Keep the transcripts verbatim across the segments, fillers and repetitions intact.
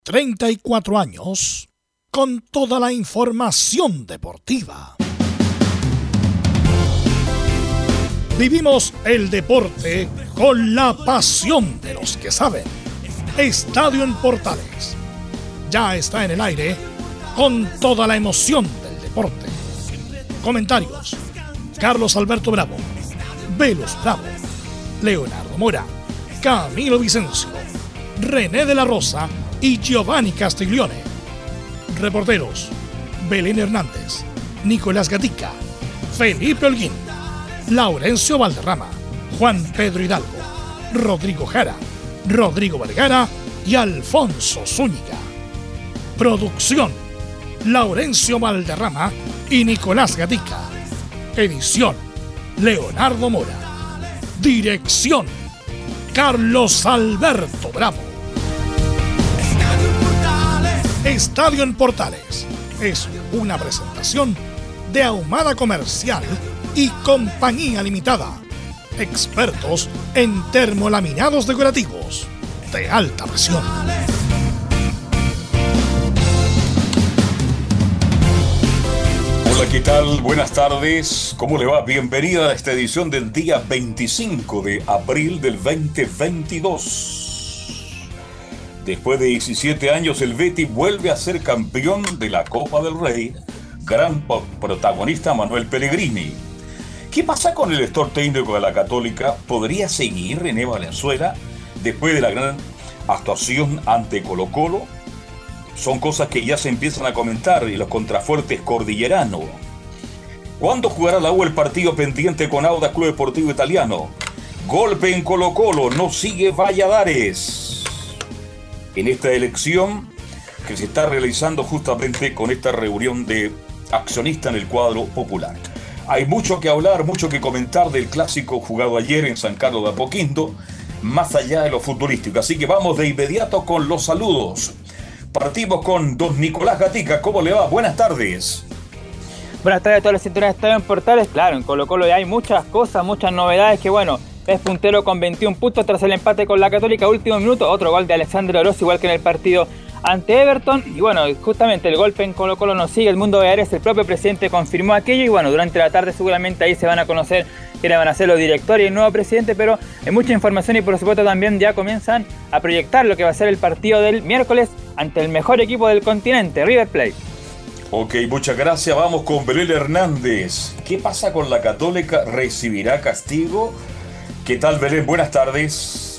treinta y cuatro años con toda la información deportiva. Vivimos el deporte con la pasión de los que saben. Estadio en Portales ya está en el aire con toda la emoción del deporte. Comentarios: Carlos Alberto Bravo, Velus Bravo, Leonardo Mora, Camilo Vicencio, René de la Rosa y Giovanni Castiglione. Reporteros: Belén Hernández, Nicolás Gatica, Felipe Holguín, Laurencio Valderrama, Juan Pedro Hidalgo, Rodrigo Jara, Rodrigo Vergara y Alfonso Zúñiga. Producción: Laurencio Valderrama y Nicolás Gatica. Edición: Leonardo Mora. Dirección: Carlos Alberto Bravo. Estadio en Portales es una presentación de Ahumada Comercial y Compañía Limitada. Expertos en termolaminados decorativos de alta presión. Hola, ¿qué tal? Buenas tardes. ¿Cómo le va? Bienvenida a esta edición del día veinticinco de abril del veinte veintidós. Después de diecisiete años, el Betis vuelve a ser campeón de la Copa del Rey. Gran protagonista Manuel Pellegrini. ¿Qué pasa con el director técnico de la Católica? ¿Podría seguir René Valenzuela después de la gran actuación ante Colo-Colo? Son cosas que ya se empiezan a comentar y los contrafuertes cordilleranos. ¿Cuándo jugará la U el partido pendiente con Audax Club Deportivo Italiano? Golpe en Colo-Colo, no sigue Valladares. En esta elección que se está realizando justamente con esta reunión de accionistas en el cuadro popular. Hay mucho que hablar, mucho que comentar del clásico jugado ayer en San Carlos de Apoquindo, más allá de lo futbolístico. Así que vamos de inmediato con los saludos. Partimos con don Nicolás Gatica. ¿Cómo le va? Buenas tardes. Buenas tardes a todas las sintonías de Estadio en Portales. Claro, en Colo-Colo ya hay muchas cosas, muchas novedades que bueno... Es puntero con veintiún puntos tras el empate con la Católica, último minuto, otro gol de Alexandre Oroz, igual que en el partido ante Everton. Y bueno, justamente el golpe en Colo-Colo nos sigue, el mundo Valladares, el propio presidente confirmó aquello. Y bueno, durante la tarde seguramente ahí se van a conocer quiénes van a ser los directores y el nuevo presidente. Pero hay mucha información y por supuesto también ya comienzan a proyectar lo que va a ser el partido del miércoles ante el mejor equipo del continente, River Plate. Ok, muchas gracias. Vamos con Belén Hernández. ¿Qué pasa con la Católica? ¿Recibirá castigo? ¿Qué tal, Belén? Buenas tardes.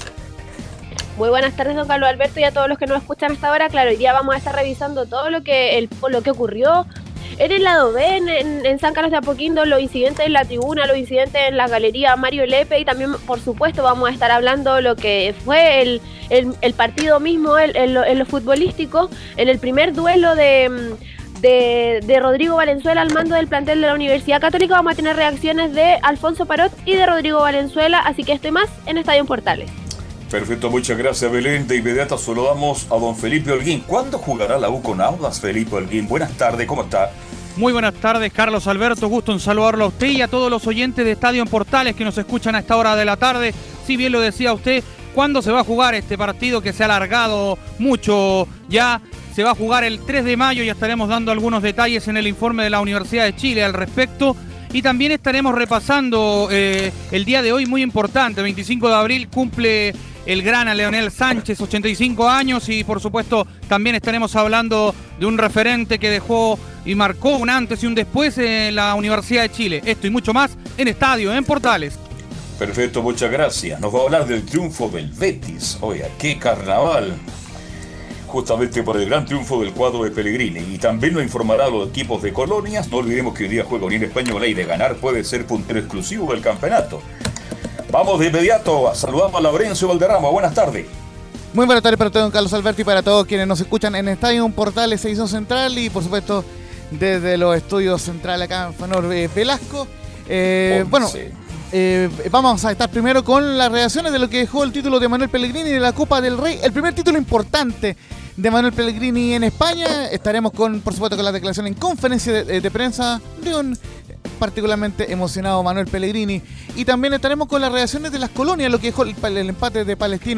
Muy buenas tardes, don Carlos Alberto, y a todos los que nos escuchan hasta ahora. Claro, hoy día vamos a estar revisando todo lo que el, lo que ocurrió en el lado B, en, en, en San Carlos de Apoquindo, los incidentes en la tribuna, los incidentes en la galería Mario Lepe, y también, por supuesto, vamos a estar hablando lo que fue el, el, el partido mismo el, el, en lo futbolístico, en el primer duelo de... De, de Rodrigo Valenzuela al mando del plantel de la Universidad Católica. Vamos a tener reacciones de Alfonso Parot y de Rodrigo Valenzuela, así que esto y más en Estadio en Portales. Perfecto, muchas gracias, Belén. De inmediato saludamos a don Felipe Holguín. ¿Cuándo jugará la U con Audax, Felipe Holguín? Buenas tardes, ¿cómo está? Muy buenas tardes, Carlos Alberto, gusto en saludarlo a usted y a todos los oyentes de Estadio en Portales que nos escuchan a esta hora de la tarde. Si bien lo decía usted, ¿cuándo se va a jugar este partido que se ha alargado mucho ya? Se va a jugar el tres de mayo, ya estaremos dando algunos detalles en el informe de la Universidad de Chile al respecto. Y también estaremos repasando eh, el día de hoy muy importante, veinticinco de abril, cumple el gran Leonel Sánchez, ochenta y cinco años, y por supuesto también estaremos hablando de un referente que dejó y marcó un antes y un después en la Universidad de Chile. Esto y mucho más en Estadio en Portales. Perfecto, muchas gracias. Nos va a hablar del triunfo del Betis. Oiga, qué carnaval. Justamente por el gran triunfo del cuadro de Pellegrini. Y también nos informará a los equipos de colonias. No olvidemos que hoy día juega Unión Española y de ganar puede ser puntero exclusivo del campeonato. Vamos de inmediato, saludamos a Laurencio Valderrama. Buenas tardes. Muy buenas tardes para todo, don Carlos Alberto, y para todos quienes nos escuchan en Estadio Portales Edición Central y por supuesto desde los estudios centrales acá en Fanor eh, Velasco. Eh, bueno, eh, vamos a estar primero con las reacciones de lo que dejó el título de Manuel Pellegrini de la Copa del Rey, el primer título importante de Manuel Pellegrini en España. Estaremos con, por supuesto, con la declaración en conferencia de, de prensa de un particularmente emocionado Manuel Pellegrini, y también estaremos con las reacciones de las colonias, lo que dejó el, el empate de Palestino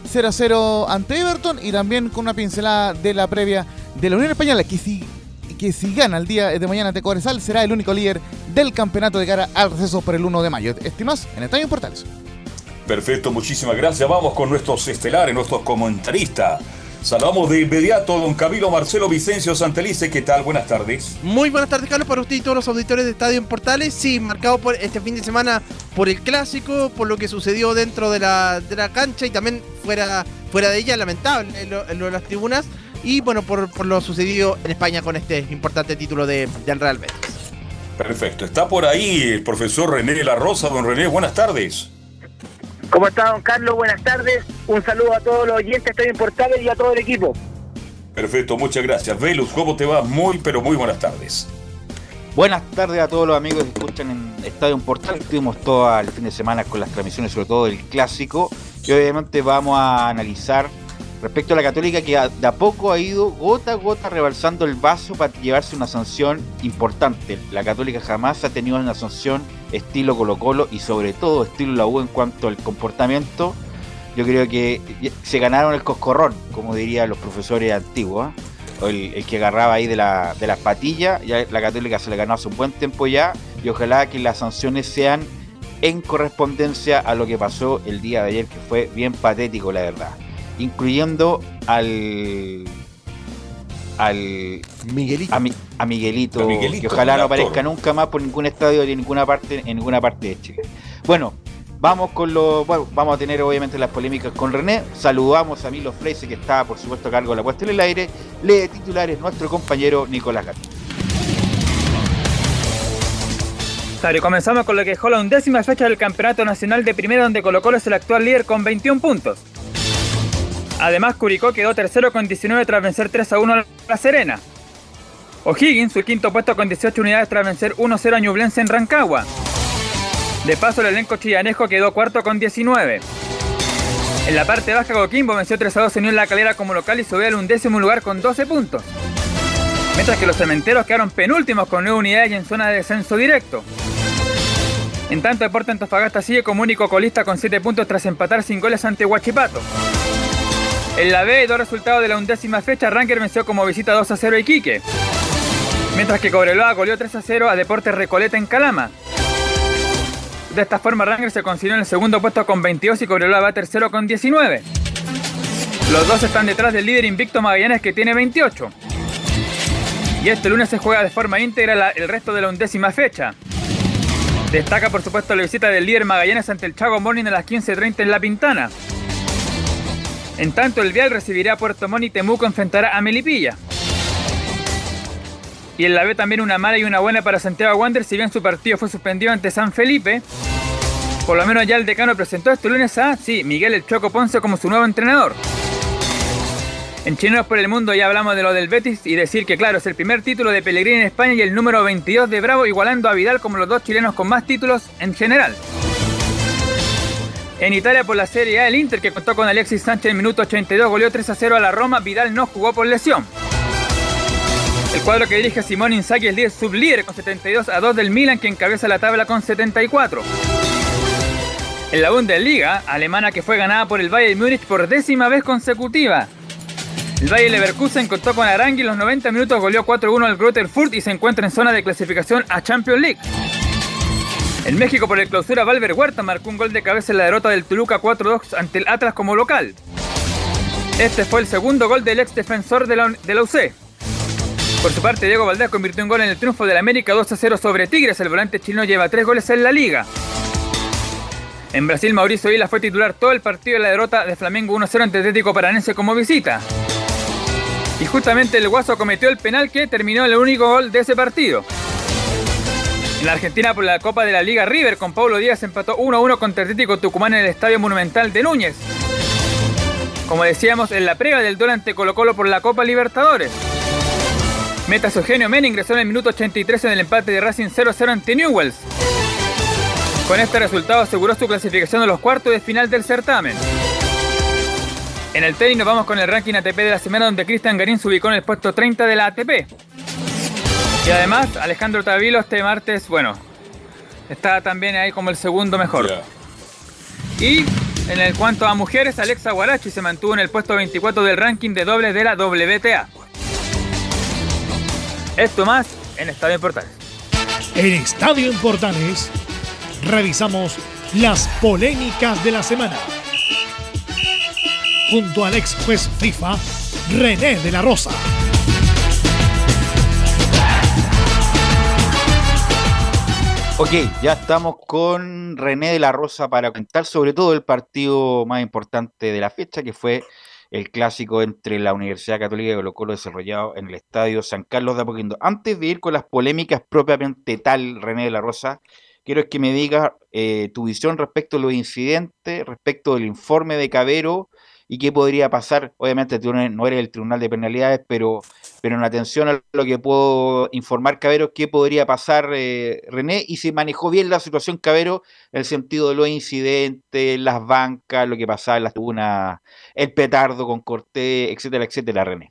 cero a cero ante Everton, y también con una pincelada de la previa de la Unión Española, que si, que si gana el día de mañana ante Cobresal, será el único líder del campeonato de cara al receso por el uno de mayo. Estimas en Estadio Portales. Perfecto, muchísimas gracias. Vamos con nuestros estelares, nuestros comentaristas. Saludamos de inmediato a don Camilo Marcelo Vicencio Santelice. ¿Qué tal? Buenas tardes. Muy buenas tardes, Carlos, para usted y todos los auditores de Estadio en Portales. Sí, marcado por este fin de semana por el Clásico, por lo que sucedió dentro de la, de la cancha y también fuera, fuera de ella, lamentable en lo, en lo de las tribunas. Y bueno, por, por lo sucedido en España con este importante título de, del Real Betis. Perfecto. Está por ahí el profesor René de la Rosa. Don René, buenas tardes. ¿Cómo está, don Carlos? Buenas tardes. Un saludo a todos los oyentes de Estadio en Portales y a todo el equipo. Perfecto, muchas gracias. Velus, ¿cómo te va? Muy, pero muy buenas tardes. Buenas tardes a todos los amigos que escuchan en Estadio Portal. Estuvimos todo el fin de semana con las transmisiones, sobre todo del Clásico. Y obviamente vamos a analizar respecto a la Católica, que de a poco ha ido gota a gota rebalsando el vaso para llevarse una sanción importante. La Católica jamás ha tenido una sanción estilo Colo-Colo y sobre todo estilo la U en cuanto al comportamiento. Yo creo que se ganaron el coscorrón, como dirían los profesores antiguos, ¿eh? O el, el que agarraba ahí de, la, de las patillas. Ya la Católica se le ganó hace un buen tiempo ya, y ojalá que las sanciones sean en correspondencia a lo que pasó el día de ayer, que fue bien patético, la verdad, incluyendo al al Miguelito, a, mi, a Miguelito, a Miguelito, que ojalá no actor. aparezca nunca más por ningún estadio de ninguna parte en ninguna parte de Chile. Bueno, vamos con lo bueno, vamos a tener obviamente las polémicas con René. Saludamos a Milo Freise, que está por supuesto a cargo de la puesta en el aire. Lee titulares nuestro compañero Nicolás Gato. Claro, y comenzamos con lo que dejó la undécima fecha del Campeonato Nacional de Primera, donde Colo-Colo es el actual líder con veintiún puntos. Además, Curicó quedó tercero con diecinueve tras vencer tres a uno a La Serena. O'Higgins, su quinto puesto con dieciocho unidades tras vencer uno a cero a Ñublense en Rancagua. De paso, el elenco chillanejo quedó cuarto con diecinueve. En la parte baja, Coquimbo venció tres a dos a Unión La Calera como local y subió al undécimo lugar con doce puntos. Mientras que los cementeros quedaron penúltimos con nueve unidades y en zona de descenso directo. En tanto, Deportes Antofagasta sigue como único colista con siete puntos tras empatar sin goles ante Huachipato. En la B, dos resultados de la undécima fecha, Ranger venció como visita dos a cero a Iquique. Mientras que Cobreloa goleó tres a cero a Deportes Recoleta en Calama. De esta forma, Ranger se consiguió en el segundo puesto con veintidós y Cobreloa va tercero con diecinueve. Los dos están detrás del líder invicto Magallanes, que tiene veintiocho. Y este lunes se juega de forma íntegra la, el resto de la undécima fecha. Destaca por supuesto la visita del líder Magallanes ante el Chago Morning a las quince treinta en La Pintana. En tanto, el Vial recibirá a Puerto Montt y Temuco enfrentará a Melipilla. Y en la B también una mala y una buena para Santiago Wanderers, si bien su partido fue suspendido ante San Felipe. Por lo menos ya el decano presentó este lunes a, sí, Miguel El Choco Ponce como su nuevo entrenador. En Chilenos por el Mundo ya hablamos de lo del Betis y decir que claro, es el primer título de Pellegrini en España y el número veintidós de Bravo, igualando a Vidal como los dos chilenos con más títulos en general. En Italia por la Serie A, el Inter, que contó con Alexis Sánchez en el minuto ochenta y dos, goleó tres a cero a la Roma. Vidal no jugó por lesión. El cuadro que dirige Simón Inzaghi es líder sublíder con setenta y dos a dos del Milan, que encabeza la tabla con setenta y cuatro. En la Bundesliga alemana, que fue ganada por el Bayern Múnich por décima vez consecutiva. El Bayer Leverkusen contó con Arangui en los noventa minutos, goleó cuatro a uno al Greuther Fürth y se encuentra en zona de clasificación a Champions League. En México por el Clausura, Valver Huerta marcó un gol de cabeza en la derrota del Toluca cuatro a dos ante el Atlas como local. Este fue el segundo gol del ex defensor de la, de la U C. Por su parte, Diego Valdés convirtió un gol en el triunfo del América dos a cero sobre Tigres. El volante chileno lleva tres goles en la liga. En Brasil, Mauricio Isla fue titular todo el partido en la derrota de Flamengo uno a cero ante Atlético Paranense como visita. Y justamente el Guaso cometió el penal que terminó el único gol de ese partido. En la Argentina por la Copa de la Liga, River con Paulo Díaz empató uno a uno contra Atlético Tucumán en el Estadio Monumental de Núñez. Como decíamos, en la previa del duelo ante Colo-Colo por la Copa Libertadores. Metas Eugenio Mena ingresó en el minuto ochenta y tres en el empate de Racing cero a cero ante Newell's. Con este resultado aseguró su clasificación a los cuartos de final del certamen. En el tenis nos vamos con el ranking A T P de la semana, donde Cristian Garín se ubicó en el puesto treinta de la A T P. Y además, Alejandro Tavilo este martes, bueno, está también ahí como el segundo mejor. Yeah. Y En el cuanto a mujeres, Alexa Guarachi se mantuvo en el puesto veinticuatro del ranking de dobles de la W T A. Esto más en Estadio en Portales. En Estadio en Portales revisamos las polémicas de la semana. Junto al ex juez FIFA, René de la Rosa. Ok, ya estamos con René de la Rosa para contar sobre todo el partido más importante de la fecha, que fue el clásico entre la Universidad Católica y Colo-Colo desarrollado en el Estadio San Carlos de Apoquindo. Antes de ir con las polémicas propiamente tal, René de la Rosa, quiero que me digas eh, tu visión respecto a los incidentes, respecto del informe de Cavero y qué podría pasar. Obviamente tú no eres el Tribunal de Penalidades, pero, pero en atención a lo que puedo informar Cavero, qué podría pasar, eh, René, y si manejó bien la situación Cavero en el sentido de los incidentes, las bancas, lo que pasaba en las tribunas, el petardo con Cortés, etcétera, etcétera, René.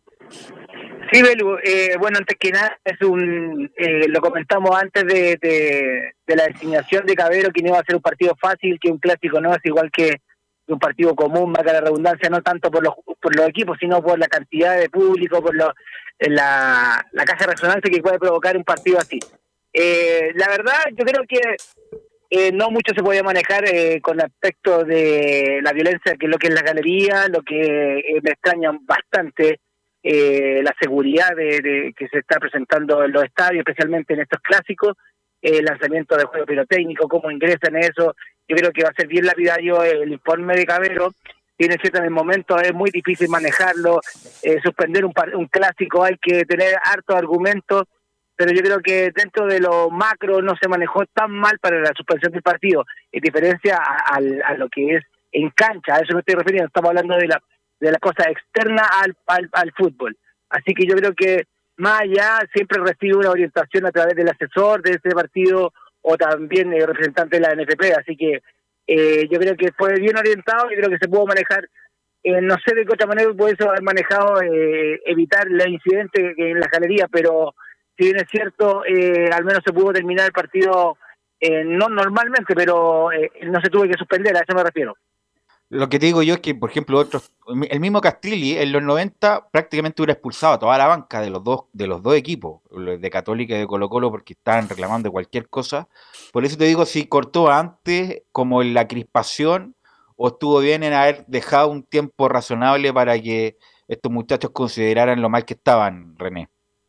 Sí, Belu, eh, bueno, antes que nada, es un eh, lo comentamos antes de, de, de la designación de Cavero, que no iba a ser un partido fácil, que un clásico no es igual que un partido común, marca la redundancia, no tanto por los por los equipos, sino por la cantidad de público, por lo, la, la caja de resonancia que puede provocar un partido así. Eh, la verdad, yo creo que eh, no mucho se podía manejar eh, con respecto de la violencia, que es lo que es la galería, lo que eh, me extraña bastante, eh, la seguridad de, de que se está presentando en los estadios, especialmente en estos clásicos, el eh, lanzamiento de juego pirotécnico, cómo ingresan eso. Yo creo que va a ser bien lapidario el informe de Cavero. Tiene cierto en el momento, es muy difícil manejarlo, eh, suspender un, un clásico, hay que tener hartos argumentos, pero yo creo que dentro de lo macro no se manejó tan mal para la suspensión del partido, en diferencia a, a, a lo que es en cancha, a eso me estoy refiriendo, estamos hablando de la de la cosa externa al, al, al fútbol. Así que yo creo que más allá siempre recibe una orientación a través del asesor de ese partido o también el representante de la N F P, así que eh, yo creo que fue bien orientado, yo creo que se pudo manejar, eh, no sé de qué otra manera puede haber manejado, eh, evitar el incidente en la galería, pero si bien es cierto, eh, al menos se pudo terminar el partido, eh, no normalmente, pero eh, no se tuvo que suspender, a eso me refiero. Lo que te digo yo es que, por ejemplo, otros, el mismo Castrilli en los noventa prácticamente hubiera expulsado a toda la banca de los dos de los dos equipos, de Católica y de Colo-Colo, porque estaban reclamando cualquier cosa. Por eso te digo, si cortó antes, como en la crispación, o estuvo bien en haber dejado un tiempo razonable para que estos muchachos consideraran lo mal que estaban, René.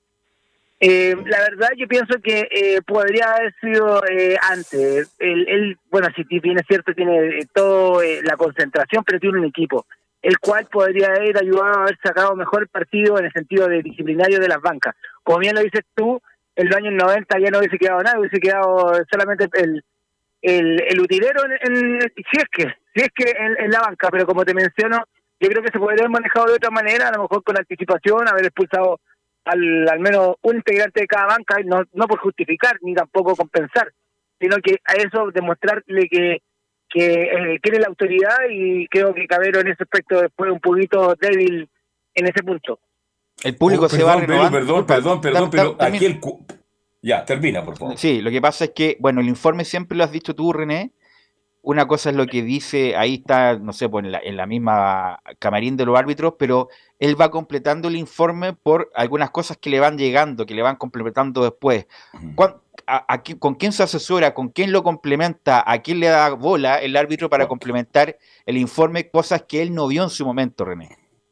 Eh, la verdad yo pienso que eh, podría haber sido eh, antes. Él, él, bueno, si bien es cierto, tiene eh, toda eh, la concentración, pero tiene un equipo, el cual podría haber ayudado a haber sacado mejor el partido en el sentido de disciplinario de las bancas. Como bien lo dices tú, en los años noventa ya no hubiese quedado nada, hubiese quedado solamente el el, el utilero, en, en, si es que si es que en, en la banca, pero como te menciono, yo creo que se podría haber manejado de otra manera, a lo mejor con anticipación, haber expulsado Al, al menos un integrante de cada banca, no, no por justificar ni tampoco compensar, sino que a eso demostrarle que que eh, tiene la autoridad, y creo que Cavero en ese aspecto fue un poquito débil en ese punto. El público oh, se perdón, va renovando. Perdón, perdón, perdón, pero Tam, aquí el... Cu- ya, termina, por favor. Sí, lo que pasa es que, bueno, el informe siempre lo has dicho tú, René. Una cosa es lo que dice, ahí está, no sé, pues en la, en la misma camarín de los árbitros, pero él va completando el informe por algunas cosas que le van llegando, que le van complementando después. ¿Cuán, a, a, ¿Con quién se asesora? ¿Con quién lo complementa? ¿A quién le da bola el árbitro para complementar el informe? Cosas que él no vio en su momento, René.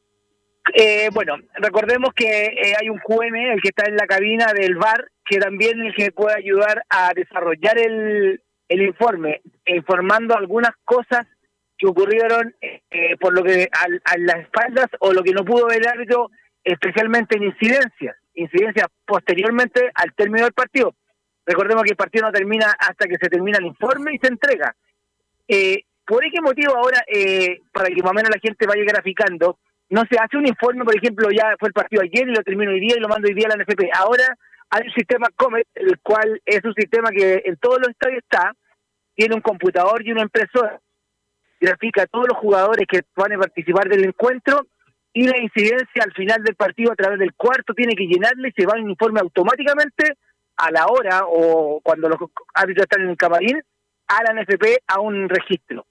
Eh, bueno, recordemos que eh, hay un Q M, el que está en la cabina del V A R, que también es el que puede ayudar a desarrollar el... el informe, informando algunas cosas que ocurrieron eh, por lo que a, a las espaldas, o lo que no pudo ver el árbitro, especialmente en incidencias, incidencias posteriormente al término del partido. Recordemos que el partido no termina hasta que se termina el informe y se entrega. Eh, ¿Por qué motivo ahora, eh, para que más o menos la gente vaya graficando, no se hace un informe, por ejemplo, ya fue el partido ayer y lo termino hoy día y lo mando hoy día a la N F P? Ahora hay un sistema Comet, el cual es un sistema que en todos los estadios está, tiene un computador y una impresora, grafica a todos los jugadores que van a participar del encuentro, y la incidencia al final del partido a través del cuarto tiene que llenarle, y se va un informe automáticamente a la hora, o cuando los árbitros están en el camarín, a la N F P, a un registro.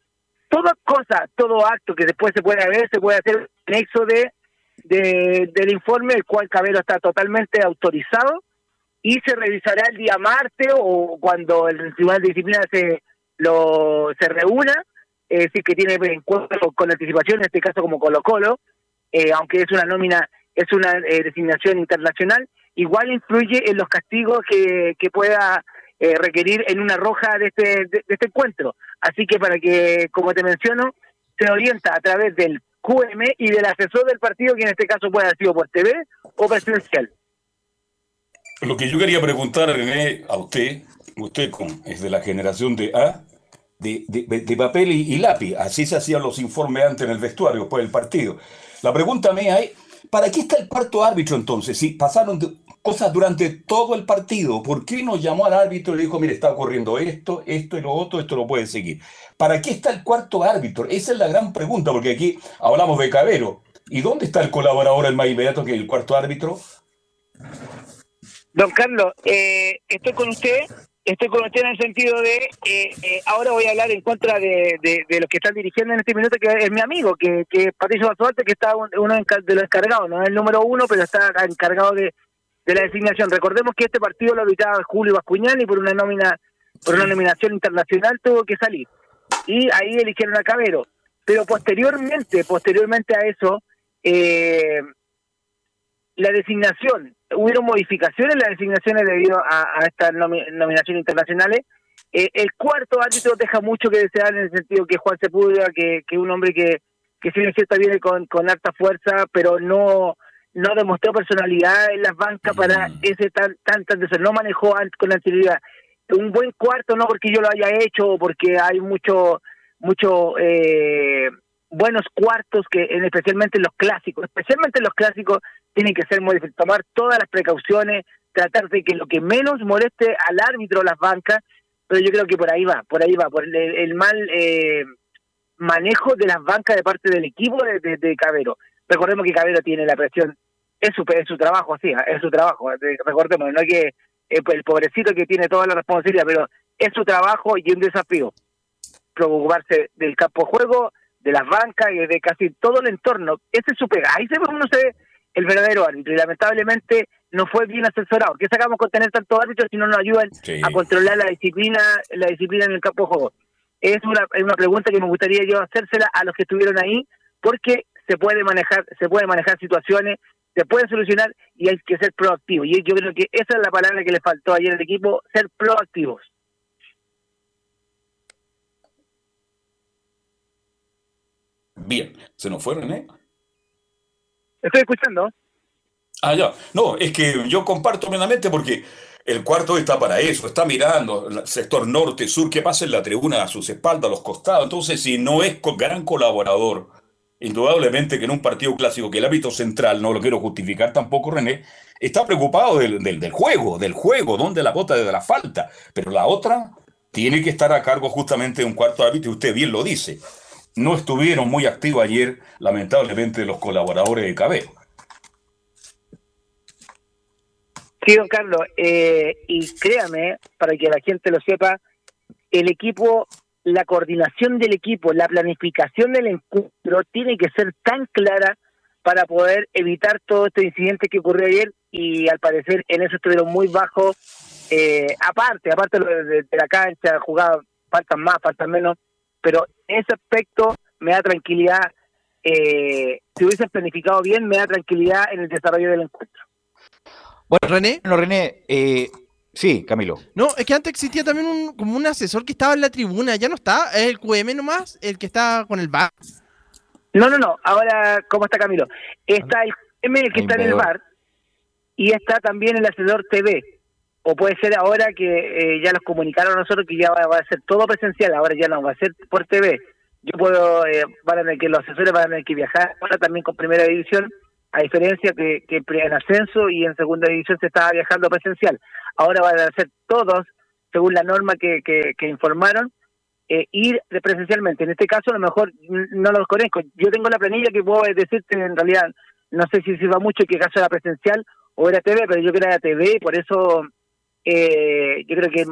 toda cosa, todo acto que después se pueda ver, se puede hacer en nexo de, de, del informe, el cual Cabero está totalmente autorizado, y se revisará el día martes o cuando el Tribunal de Disciplina se lo se reúna, es decir, que tiene encuentro con anticipación, en este caso como Colo-Colo, eh, aunque es una nómina, es una eh, designación internacional, igual influye en los castigos que, que pueda eh, requerir en una roja de este, de, de este encuentro. Así que para que, como te menciono, se orienta a través del Q M y del asesor del partido, que en este caso puede haber sido por T V o presencial. Lo que yo quería preguntar, René, a usted, usted con, es de la generación de A, de, de, de papel y, y lápiz, así se hacían los informes antes en el vestuario, después del partido. La pregunta mía es, ¿para qué está el cuarto árbitro entonces? Si pasaron de, cosas durante todo el partido, ¿por qué no llamó al árbitro y le dijo, mire, está ocurriendo esto, esto y lo otro, esto lo puede seguir? ¿Para qué está el cuarto árbitro? Esa es la gran pregunta, porque aquí hablamos de Cabero. ¿Y dónde está el colaborador, el más inmediato que el cuarto árbitro? Don Carlos, eh, estoy con usted, estoy con usted en el sentido de, eh, eh, ahora voy a hablar en contra de, de, de los que están dirigiendo en este minuto, que es mi amigo, que, que es Patricio Basolte, que está uno de los encargados, no es el número uno, pero está encargado de, de la designación. Recordemos que este partido lo habitaba Julio Bascuñán y por una nómina, por una nominación internacional tuvo que salir. Y ahí eligieron a Cabero. Pero posteriormente, posteriormente a eso, eh, la designación, hubieron modificaciones en las designaciones debido a, a estas nomi- nominaciones internacionales. Eh, el cuarto árbitro deja mucho que desear en el sentido que Juan Sepúlveda, que es un hombre que, que si bien es cierto viene con, con harta fuerza, pero no no demostró personalidad en las bancas para ese tan tan tan de no manejó con anterioridad. Un buen cuarto, no porque yo lo haya hecho o porque hay mucho mucho eh, buenos cuartos que en, especialmente en los clásicos, especialmente en los clásicos tienen que ser modificados, tomar todas las precauciones, tratar de que lo que menos moleste al árbitro las bancas, pero yo creo que por ahí va, por ahí va, por el, el mal eh, manejo de las bancas de parte del equipo de, de, de Cabero. Recordemos que Cabero tiene la presión, es su, es su trabajo, sí, es su trabajo, recordemos, no es que eh, el pobrecito que tiene toda la responsabilidad, pero es su trabajo y un desafío, preocuparse del campo de juego, de las bancas y de casi todo el entorno. Ese es su pega, ahí se ve uno se ve el verdadero árbitro, y lamentablemente no fue bien asesorado. ¿Qué sacamos con tener tantos árbitros si no nos ayudan sí. a controlar la disciplina la disciplina en el campo de juego? Es una, es una pregunta que me gustaría yo hacérsela a los que estuvieron ahí, porque se puede manejar se puede manejar situaciones, se puede solucionar y hay que ser proactivo. Y yo creo que esa es la palabra que le faltó ayer al equipo, ser proactivos. Bien, ¿se nos fueron, eh? Estoy escuchando. Ah, ya. No, es que yo comparto plenamente porque el cuarto está para eso, está mirando el sector norte, sur, qué pasa en la tribuna a sus espaldas, a los costados. Entonces, si no es gran colaborador, indudablemente que en un partido clásico, que el árbitro central, no lo quiero justificar tampoco, René, está preocupado del, del, del juego, del juego, donde la bota de la falta. Pero la otra tiene que estar a cargo justamente de un cuarto árbitro, y usted bien lo dice. No estuvieron muy activos ayer, lamentablemente, los colaboradores de Cabero. Sí, don Carlos, eh, y créame, para que la gente lo sepa, el equipo, la coordinación del equipo, la planificación del encuentro tiene que ser tan clara para poder evitar todo este incidente que ocurrió ayer, y al parecer en eso estuvieron muy bajos, eh, aparte, aparte de, de, de la cancha, jugada, faltan más, faltan menos, pero en ese aspecto me da tranquilidad, eh, si hubiesen planificado bien, me da tranquilidad en el desarrollo del encuentro. Bueno, René. Bueno, René, eh, sí, Camilo. No, es que antes existía también un, como un asesor que estaba en la tribuna, ya no está, es el Q M nomás, el que está con el V A R. No, no, no, ahora, ¿cómo está Camilo? Está el Q M, el que está en el V A R, y está también el asesor T V. O puede ser ahora que eh, ya los comunicaron a nosotros que ya va, va a ser todo presencial, ahora ya no va a ser por T V. Yo puedo, eh, van a tener que los asesores van a tener que viajar ahora también con primera división, a diferencia que, que en ascenso y en segunda división se estaba viajando presencial. Ahora van a ser todos, según la norma que, que, que informaron, eh, ir presencialmente. En este caso a lo mejor no los conozco. Yo tengo la planilla que puedo decirte, en realidad no sé si sirva mucho qué caso era presencial o era T V, pero yo creo que era T V, por eso eh, yo creo que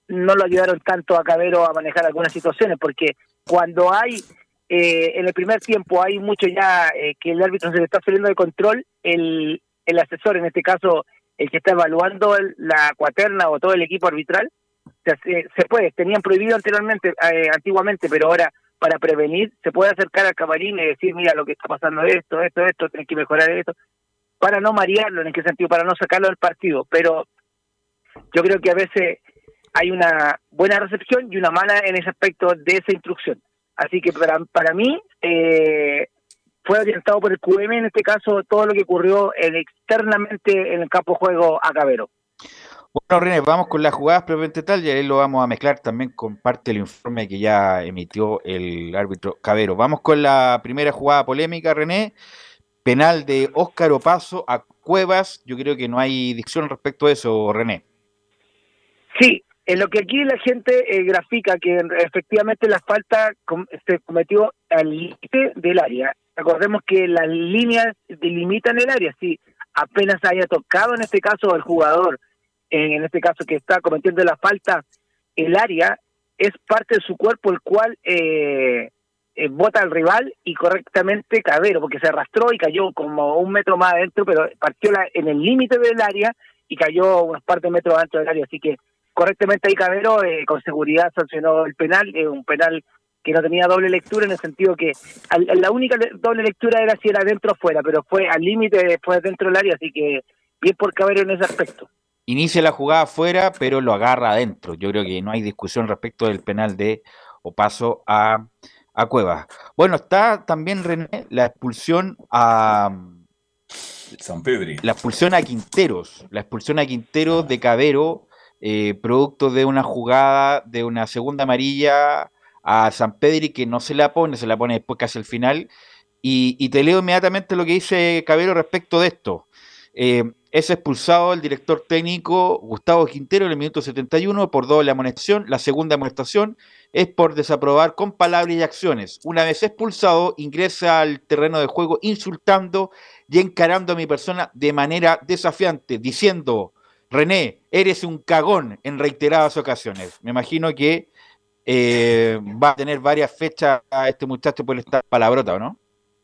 no lo ayudaron tanto a Cabero a manejar algunas situaciones, porque cuando hay, eh, en el primer tiempo hay mucho ya eh, que el árbitro se le está saliendo de control, el, el asesor, en este caso el que está evaluando el, la cuaterna o todo el equipo arbitral, se, se puede, tenían prohibido anteriormente, eh, antiguamente, pero ahora para prevenir se puede acercar al camarín y decir, mira, lo que está pasando es esto, esto, esto, tenés que mejorar esto, para no marearlo, en qué sentido, para no sacarlo del partido, pero yo creo que a veces hay una buena recepción y una mala en ese aspecto de esa instrucción. Así que para, para mí eh, fue orientado por el Q M, en este caso, todo lo que ocurrió en, externamente en el campo de juego a Cabero. Bueno, René, vamos con las jugadas propiamente tal, y ahí lo vamos a mezclar también con parte del informe que ya emitió el árbitro Cabero. Vamos con la primera jugada polémica, René. Penal de Óscar Opaso a Cuevas. Yo creo que no hay discusión respecto a eso, René. Sí, en lo que aquí la gente eh, grafica que efectivamente la falta com- se cometió al límite del área. Recordemos que las líneas delimitan el área. Si apenas haya tocado en este caso el jugador, en este caso que está cometiendo la falta, el área es parte de su cuerpo el cual eh, eh, bota al rival y correctamente Cabero, porque se arrastró y cayó como un metro más adentro, pero partió la, en el límite del área y cayó unos par de metros adentro del área, así que correctamente ahí Cabero eh, con seguridad sancionó el penal, eh, un penal que no tenía doble lectura en el sentido que al, la única le, doble lectura era si era dentro o fuera, pero fue al límite, fue dentro del área, así que bien por Cabero en ese aspecto. Inicia la jugada afuera, pero lo agarra adentro. Yo creo que no hay discusión respecto del penal de Opaso a, a Cuevas. Bueno, está también, René, la expulsión a Sampedri. La expulsión a Quinteros. La expulsión a Quinteros de Cabero, eh, producto de una jugada de una segunda amarilla a Sampedri que no se la pone, se la pone después casi al final. Y, y te leo inmediatamente lo que dice Cabero respecto de esto. Eh, es expulsado el director técnico Gustavo Quintero en el minuto setenta y uno por doble amonestación. La segunda amonestación es por desaprobar con palabras y acciones. Una vez expulsado, ingresa al terreno de juego insultando y encarando a mi persona de manera desafiante, diciendo: René, eres un cagón, en reiteradas ocasiones. Me imagino que eh, va a tener varias fechas a este muchacho por esta palabrota, ¿o no?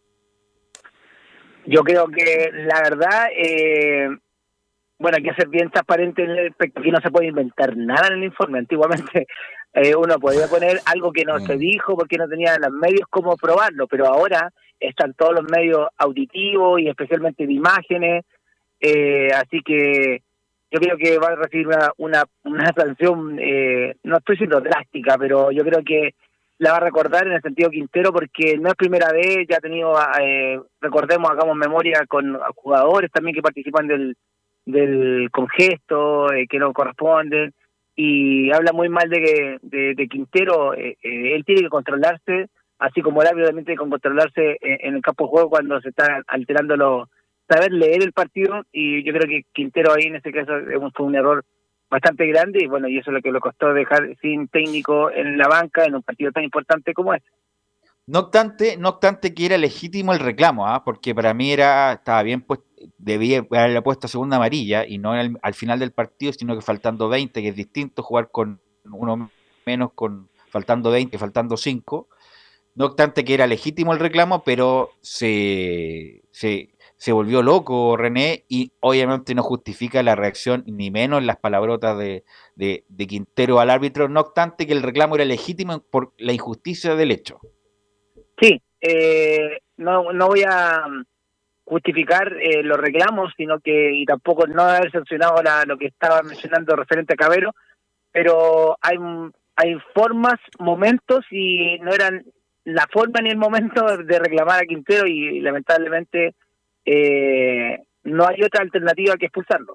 Yo creo que la verdad, eh, bueno, hay que ser bien transparente en el aspecto que no se puede inventar nada en el informe. Antiguamente eh, uno podía poner algo que no se dijo porque no tenía los medios como probarlo, pero ahora están todos los medios auditivos y especialmente de imágenes, eh, así que yo creo que va a recibir una, una, una sanción, eh, no estoy siendo drástica, pero yo creo que la va a recordar en el sentido Quintero, porque no es primera vez, ya ha tenido, eh, recordemos, hagamos memoria con jugadores también que participan del, del con gesto, eh, que no corresponden, y habla muy mal de, de, de Quintero. eh, eh, él tiene que controlarse, así como el árbitro también tiene que controlarse en, en el campo de juego cuando se está alterando los, saber leer el partido, y yo creo que Quintero ahí en este caso fue un error bastante grande, y bueno, y eso es lo que le costó dejar sin técnico en la banca en un partido tan importante como este. No obstante, no obstante que era legítimo el reclamo, ¿ah? Porque para mí era, estaba bien, pues debía haberle puesto segunda amarilla, y no al, al final del partido, sino que faltando veinte, que es distinto jugar con uno menos, con faltando veinte, faltando cinco. No obstante que era legítimo el reclamo, pero se, se, se volvió loco René, y obviamente no justifica la reacción, ni menos las palabrotas de, de, de Quintero al árbitro, no obstante que el reclamo era legítimo por la injusticia del hecho. Sí, eh, no, no voy a justificar eh, los reclamos, sino que, y tampoco no haber sancionado la, lo que estaba mencionando referente a Cabero, pero hay, hay formas, momentos, y no eran la forma ni el momento de reclamar a Quintero, y, y lamentablemente eh, no hay otra alternativa que expulsarlo.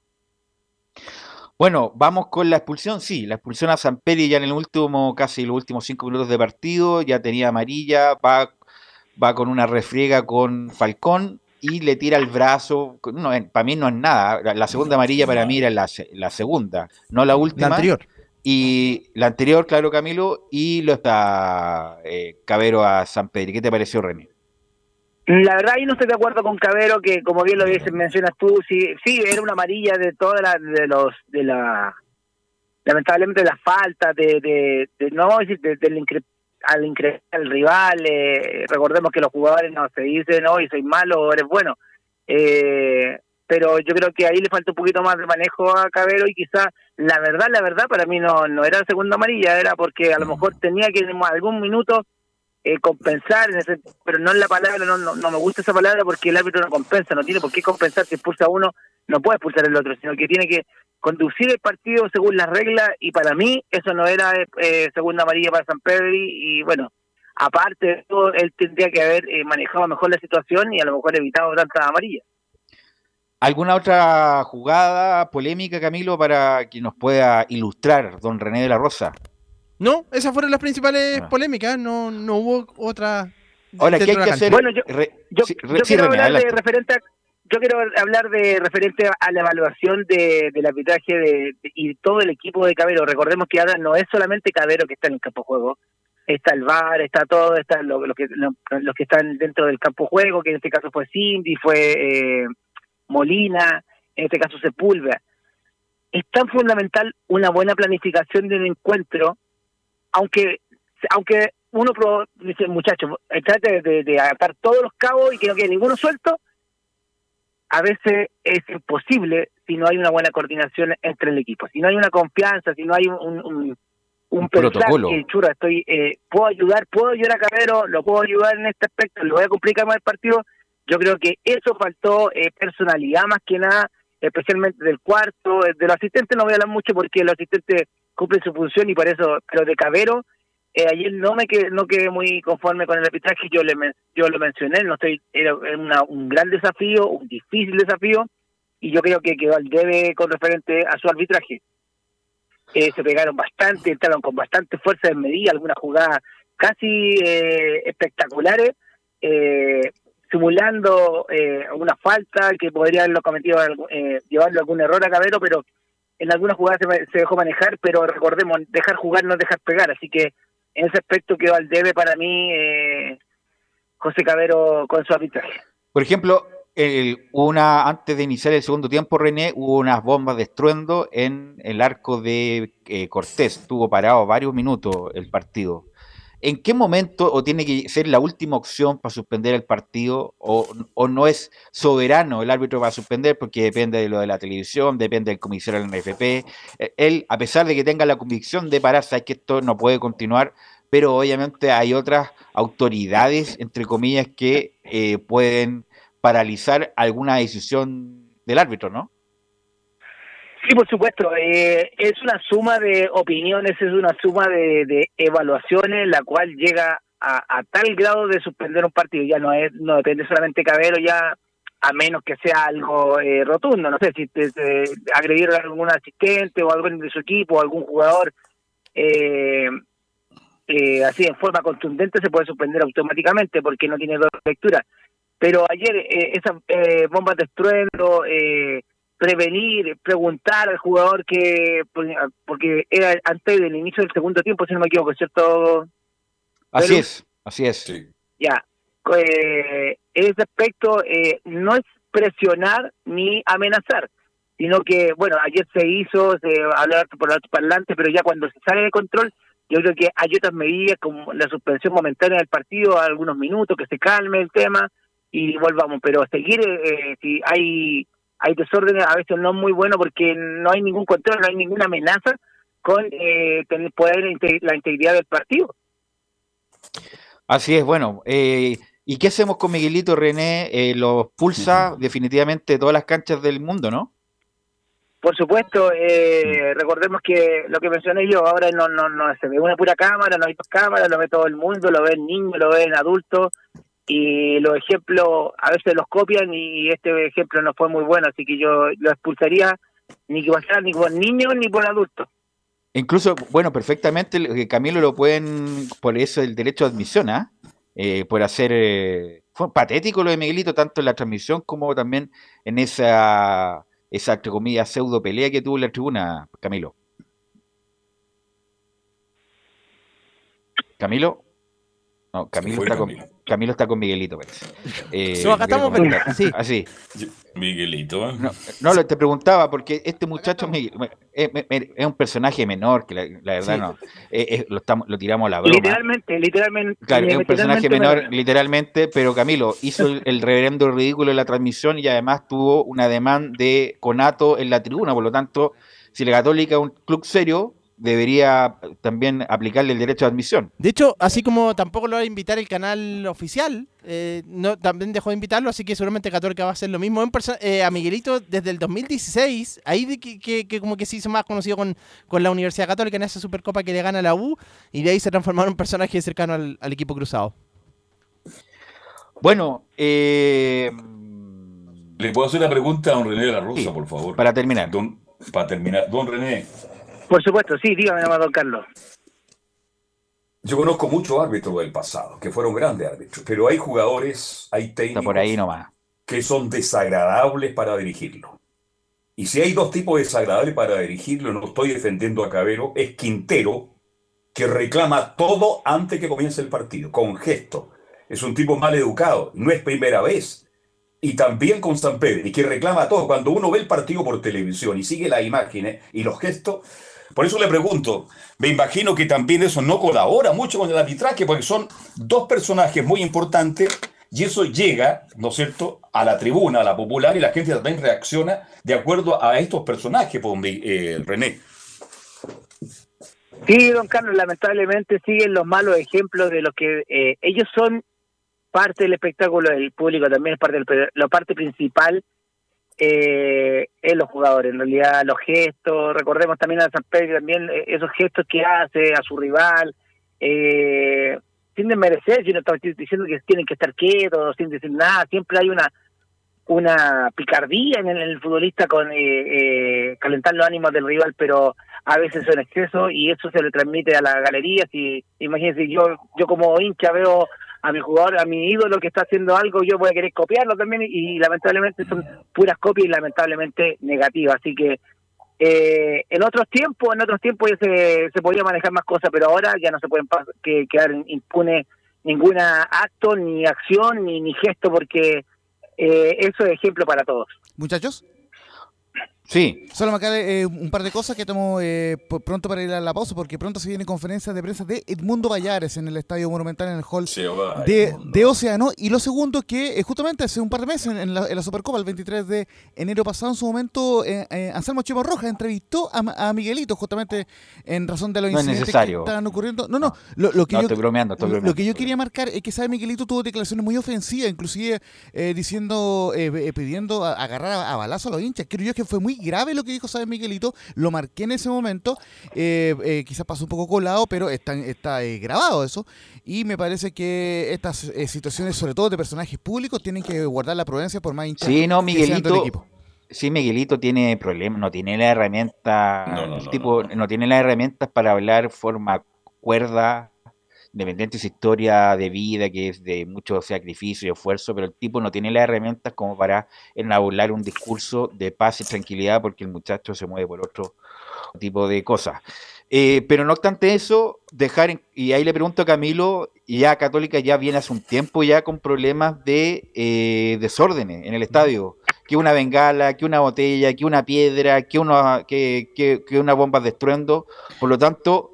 Bueno, vamos con la expulsión. Sí, la expulsión a Sampedri ya en el último, casi los últimos cinco minutos de partido, ya tenía amarilla, va, va con una refriega con Falcón y le tira el brazo. No, para mí no es nada. La segunda amarilla para mí era la, la segunda, no la última. La anterior. Y la anterior, claro, Camilo, y lo está eh, Cabero a Sampedri. ¿Qué te pareció, René? La verdad, ahí no estoy de acuerdo con Cabero, que como bien lo dices, mencionas tú, sí, sí, era una amarilla de toda la, de los, de la, lamentablemente las faltas de, de, de no vamos a decir de, del incre, al increíble al rival, eh, recordemos que los jugadores no se dicen hoy soy malo o eres bueno, eh, pero yo creo que ahí le falta un poquito más de manejo a Cavero y quizás la verdad, la verdad para mí no, no era segunda amarilla, era porque a lo mejor tenía que en algún minuto eh, compensar, en ese, pero no en la palabra, no, no, no me gusta esa palabra porque el árbitro no compensa, no tiene por qué compensar, si expulsa a uno no puede expulsar al otro, sino que tiene que conducir el partido según las reglas y para mí eso no era eh, segunda amarilla para Sampedri y bueno, aparte de eso él tendría que haber eh, manejado mejor la situación y a lo mejor evitado tantas amarillas. ¿Alguna otra jugada polémica, Camilo, para que nos pueda ilustrar don René de la Rosa? No, esas fueron las principales ah. polémicas, no, no hubo otra. Ahora, ¿qué hay que hacer? Bueno, yo, Re, yo, sí, yo sí, quiero René, hablar adelante. de referente a, yo quiero hablar de referente a la evaluación de, del arbitraje de, de, y todo el equipo de Cavero. Recordemos que ahora no es solamente Cavero que está en el campo de juego, está el V A R, está todo, están los lo que, lo, los que están dentro del campo de juego, que en este caso fue Cindy, fue eh, Molina, en este caso Sepúlveda. Es tan fundamental una buena planificación de un encuentro, aunque aunque uno pro, dice, muchachos, trate de, de atar todos los cabos y que no quede ninguno suelto, a veces es imposible si no hay una buena coordinación entre el equipo, si no hay una confianza, si no hay un, un, un, un protocolo. Que, churra, estoy, eh, puedo ayudar, puedo ayudar a Cavero, lo puedo ayudar en este aspecto, lo voy a complicar más el partido. Yo creo que eso faltó, eh, personalidad más que nada, especialmente del cuarto, de los asistentes no voy a hablar mucho porque los asistentes cumplen su función y por eso, pero de Cavero, eh, ayer no me quedé, no quedé muy conforme con el arbitraje, yo le yo lo mencioné, no estoy, era una, un gran desafío, un difícil desafío, y yo creo que quedó al debe con referente a su arbitraje. Eh, se pegaron bastante, entraron con bastante fuerza de medida, algunas jugadas casi eh, espectaculares, eh, simulando eh, una falta que podría haberlo cometido, eh, llevarlo a algún error a Cavero, pero en algunas jugadas se, se dejó manejar, pero recordemos, dejar jugar no es dejar pegar, así que en ese aspecto quedó al debe para mí eh, José Cavero con su arbitraje. Por ejemplo, el, una antes de iniciar el segundo tiempo, René, hubo unas bombas de estruendo en el arco de eh, Cortés, estuvo parado varios minutos el partido. ¿En qué momento o tiene que ser la última opción para suspender el partido o, o no es soberano el árbitro para suspender porque depende de lo de la televisión, depende del comisario del N F P? Él, a pesar de que tenga la convicción de parar, sabe que esto no puede continuar, pero obviamente hay otras autoridades, entre comillas, que eh, pueden paralizar alguna decisión del árbitro, ¿no? Sí, por supuesto. Eh, es una suma de opiniones, es una suma de, de evaluaciones, la cual llega a, a tal grado de suspender un partido. Ya no es, no depende solamente de Cavero, ya a menos que sea algo eh, rotundo. No sé si te, te agredieron a algún asistente o algún de su equipo o algún jugador eh, eh, así en forma contundente, se puede suspender automáticamente porque no tiene dos lecturas. Pero ayer eh, esas eh, bombas de estruendo, eh, prevenir, preguntar al jugador que, porque era antes del inicio del segundo tiempo, si no me equivoco, ¿cierto? Así Pero, es, así es. Sí. Ya, eh, ese aspecto eh, no es presionar ni amenazar, sino que, bueno, ayer se hizo, se habló por alto parlante, pero ya cuando se sale de control, yo creo que hay otras medidas como la suspensión momentánea del partido, algunos minutos, que se calme el tema y volvamos, pero seguir, eh, si hay... hay desórdenes, a veces no es muy bueno porque no hay ningún control, no hay ninguna amenaza con eh, tener poder la integridad del partido. Así es, bueno. Eh, ¿Y qué hacemos con Miguelito, René? Eh, lo expulsa definitivamente de todas las canchas del mundo, ¿no? Por supuesto, eh, recordemos que lo que mencioné yo, ahora no no no se ve una pura cámara, no hay dos cámaras, lo ve todo el mundo, lo ven niños, lo ven adultos, y los ejemplos a veces los copian y este ejemplo no fue muy bueno, así que yo lo expulsaría ni que pasara ni por niños ni por adultos. Incluso, bueno, perfectamente, Camilo lo pueden, por eso el derecho de admisión, ¿ah? ¿eh? Por hacer, eh, fue patético lo de Miguelito, tanto en la transmisión como también en esa, esa entre comillas, pseudo pelea que tuvo en la tribuna, Camilo. ¿Camilo? No, Camilo está, Camilo. Con, Camilo está con Miguelito, parece. Eh, no, acá estamos, pero, sí. Así. Miguelito. ¿eh? No, no, te preguntaba, porque este muchacho Miguel, es, es un personaje menor, que la, la verdad sí. no. Es, es, lo, estamos, lo tiramos a la broma. Literalmente, literalmente. Claro, es un personaje menor, menor, literalmente, pero Camilo hizo el, el reverendo ridículo en la transmisión y además tuvo una demanda de conato en la tribuna. Por lo tanto, si la Católica es un club serio, debería también aplicarle el derecho de admisión. De hecho, así como tampoco lo va a invitar el canal oficial, eh, no también dejó de invitarlo, así que seguramente Católica va a hacer lo mismo. En perso- eh, a Miguelito desde el dos mil dieciséis, ahí de que, que, que como que se hizo más conocido con, con la Universidad Católica en esa Supercopa que le gana a la U, y de ahí se transformaron en un personaje cercano al, al equipo cruzado. Bueno, eh... ¿le puedo hacer una pregunta a don René de la Rosa, sí, por favor? Para terminar. Don, para terminar, don René. Por supuesto, sí, dígame, don Carlos. Yo conozco muchos árbitros del pasado, que fueron grandes árbitros, pero hay jugadores, hay técnicos por ahí nomás. que son desagradables para dirigirlo. Y si hay dos tipos desagradables para dirigirlo, no estoy defendiendo a Cabero, es Quintero, que reclama todo antes que comience el partido, con gesto. Es un tipo mal educado, no es primera vez. Y también con Sampedri, y que reclama todo. Cuando uno ve el partido por televisión y sigue las imágenes y los gestos, por eso le pregunto, me imagino que también eso no colabora mucho con el arbitraje, porque son dos personajes muy importantes y eso llega, ¿no es cierto?, a la tribuna, a la popular, y la gente también reacciona de acuerdo a estos personajes, pues, eh, René. Sí, don Carlos, lamentablemente siguen los malos ejemplos de los que eh, ellos son parte del espectáculo, el público también es parte del, la parte principal. Eh, en los jugadores, en realidad los gestos, recordemos también a San Pedro también eh, esos gestos que hace a su rival, eh, sin desmerecer, yo no estoy diciendo que tienen que estar quietos, sin decir nada, siempre hay una una picardía en el, en el futbolista con eh, eh, calentar los ánimos del rival, pero a veces son excesos y eso se le transmite a la galería. Si imagínense, yo yo como hincha veo a mi jugador, a mi ídolo que está haciendo algo, yo voy a querer copiarlo también, y, y lamentablemente son puras copias y lamentablemente negativas. Así que eh, en otros tiempos, en otros tiempos ya se, se podía manejar más cosas, pero ahora ya no se pueden pas- que, quedar impune ninguna acto, ni acción, ni, ni gesto, porque eh, eso es ejemplo para todos. Muchachos. Sí. Solo me cae eh, un par de cosas que estamos eh, pronto para ir a la pausa, porque pronto se viene conferencia de prensa de Edmundo Vallares en el Estadio Monumental, en el hall va, de, de Océano. Y lo segundo, que eh, justamente hace un par de meses en, en, la, en la Supercopa, el veintitrés de enero pasado, en su momento, eh, eh, Anselmo Chemo Rojas entrevistó a, a Miguelito justamente en razón de los no incidentes es que están ocurriendo. No, no, lo, lo que no, yo estoy bromeando, estoy bromeando. Lo que yo quería marcar es que, ¿sabe? Miguelito tuvo declaraciones muy ofensivas, inclusive eh, diciendo, eh, eh, pidiendo a, agarrar a, a balazo a los hinchas. Creo yo que fue muy grave lo que dijo, ¿sabe? Miguelito, lo marqué en ese momento, eh, eh, quizás pasó un poco colado, pero está, está eh, grabado eso, y me parece que estas eh, situaciones, sobre todo de personajes públicos, tienen que guardar la prudencia por más hinchas sí, no, que sean del Miguelito, equipo. Sí, Miguelito tiene problemas, no tiene la herramienta, no, no, el no, tipo no, no. no tiene las herramientas para hablar forma cuerda, independiente de su historia de vida, que es de mucho sacrificio y esfuerzo, pero el tipo no tiene las herramientas como para enablar un discurso de paz y tranquilidad, porque el muchacho se mueve por otro tipo de cosas. Eh, pero no obstante eso, dejar, en, y ahí le pregunto a Camilo, ya Católica ya viene hace un tiempo ya con problemas de eh, desórdenes en el estadio, que una bengala, que una botella, que una piedra, que una, que, que, que una bomba de estruendo, por lo tanto,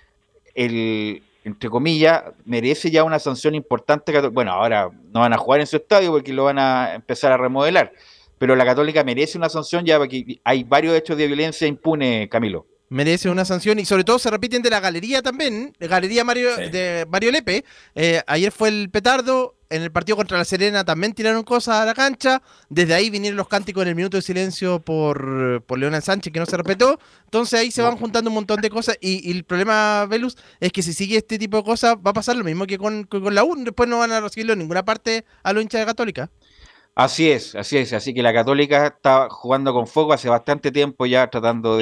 el... entre comillas, merece ya una sanción importante. Bueno, ahora no van a jugar en su estadio porque lo van a empezar a remodelar, pero la Católica merece una sanción ya porque hay varios hechos de violencia impunes, Camilo. Merece una sanción y sobre todo se repiten de la galería también, de Galería Mario, sí. de Mario Lepe. Eh, ayer fue el petardo, en el partido contra La Serena también tiraron cosas a la cancha, desde ahí vinieron los cánticos en el minuto de silencio por, por Leonel Sánchez, que no se respetó. Entonces ahí se van juntando un montón de cosas y, y el problema, Velus, es que si sigue este tipo de cosas va a pasar lo mismo que con, con la U, después no van a recibirlo en ninguna parte a los hinchas de Católica. Así es, así es, así que la Católica está jugando con fuego hace bastante tiempo ya, tratando de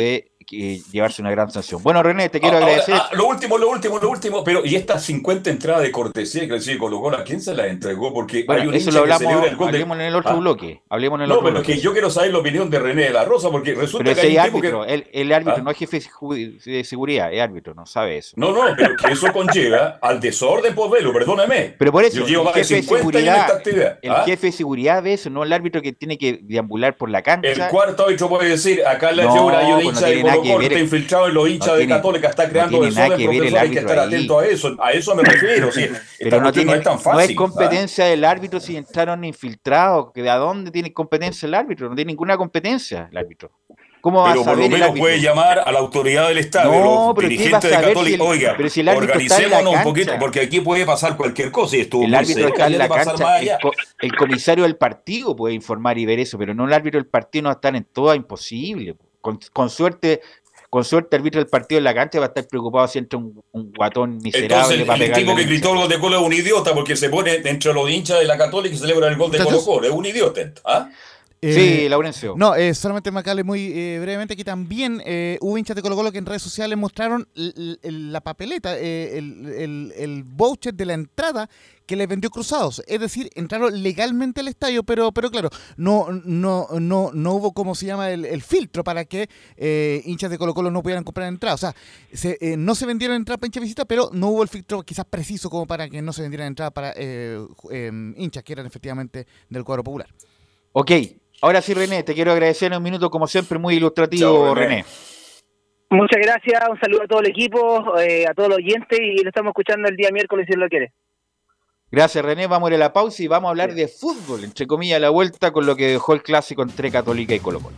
que llevarse una gran sanción. Bueno, René, te quiero Ahora, agradecer. ah, lo último, lo último, lo último, pero ¿y estas cincuenta entradas de cortesía que recibe Colo-Colo, a quién se las entregó? Porque Bueno, hay un eso hincha lo que hablamos, celebra el gol de... hablemos en el otro Ah. bloque. Hablemos en el No, otro pero bloque. que yo quiero saber la opinión de René de la Rosa, porque resulta Pero que ese hay es un tipo árbitro, que... el, el árbitro ¿Ah? no es jefe de seguridad, es árbitro, no sabe eso. No, no, pero que eso conlleva al desorden por velo, perdóname. Pero por eso, Yo llevo el más de jefe de cincuenta años en esta seguridad, actividad. el ¿Ah? jefe de seguridad ve eso, no el árbitro que tiene que deambular por la cancha. El cuarto árbitro puede decir, acá en la No, figura hay un pues no hincha de tiene nada que Colo-Colo, ver. está infiltrado en los hinchas No de tiene- Católica, está no creando tiene nada desorden, que ver el profesor, hay que estar árbitro ahí. atento a eso. A eso me refiero. Sí, esta Pero no, cuestión tiene, es tan no fácil. es competencia del árbitro si entraron infiltrados. ¿Que ¿A dónde tiene competencia el árbitro? No tiene ninguna competencia el árbitro. ¿Cómo va Pero a por saber lo el menos árbitro? puede llamar a la autoridad del estadio, No, los pero ¿qué dirigentes va a de saber Católica. si el- Oiga, pero si el árbitro está en la organicémonos un cancha? poquito, porque aquí puede pasar cualquier cosa y estuvo El muy árbitro cerca está en de la pasar cancha, más el, allá. co- el comisario del partido puede informar y ver eso, pero no el árbitro del partido, no va a estar en todo, imposible. Con, con suerte, con suerte el árbitro del partido en la cancha va a estar preocupado si entra un, un guatón miserable Entonces para el pegarle tipo que al hincha. gritó el gol de Colo es un idiota porque se pone entre los hinchas de la Católica y celebra el gol de Entonces- Colo-Colo. Es un idiota. ¿Ah? Eh, Sí, Laurencio. No, eh, solamente Macale, muy eh, brevemente, que también eh, hubo hinchas de Colo-Colo que en redes sociales mostraron l- l- la papeleta, eh, el, el, el voucher de la entrada que les vendió Cruzados. Es decir, entraron legalmente al estadio, pero pero claro, no no no no hubo, como se llama, el, el filtro para que eh, hinchas de Colo-Colo no pudieran comprar entradas. O sea, se, eh, no se vendieron entradas para hinchas de visita, pero no hubo el filtro quizás preciso como para que no se vendieran entradas para eh, eh, hinchas que eran efectivamente del cuadro popular. Ok, ahora sí, René, te quiero agradecer en un minuto, como siempre, muy ilustrativo, Chao, René. René. Muchas gracias, un saludo a todo el equipo, eh, a todos los oyentes y lo estamos escuchando el día miércoles si él lo quiere. Gracias, René. Vamos a ir a la pausa y vamos a hablar de fútbol, entre comillas, a la vuelta con lo que dejó el clásico entre Católica y Colo-Colo.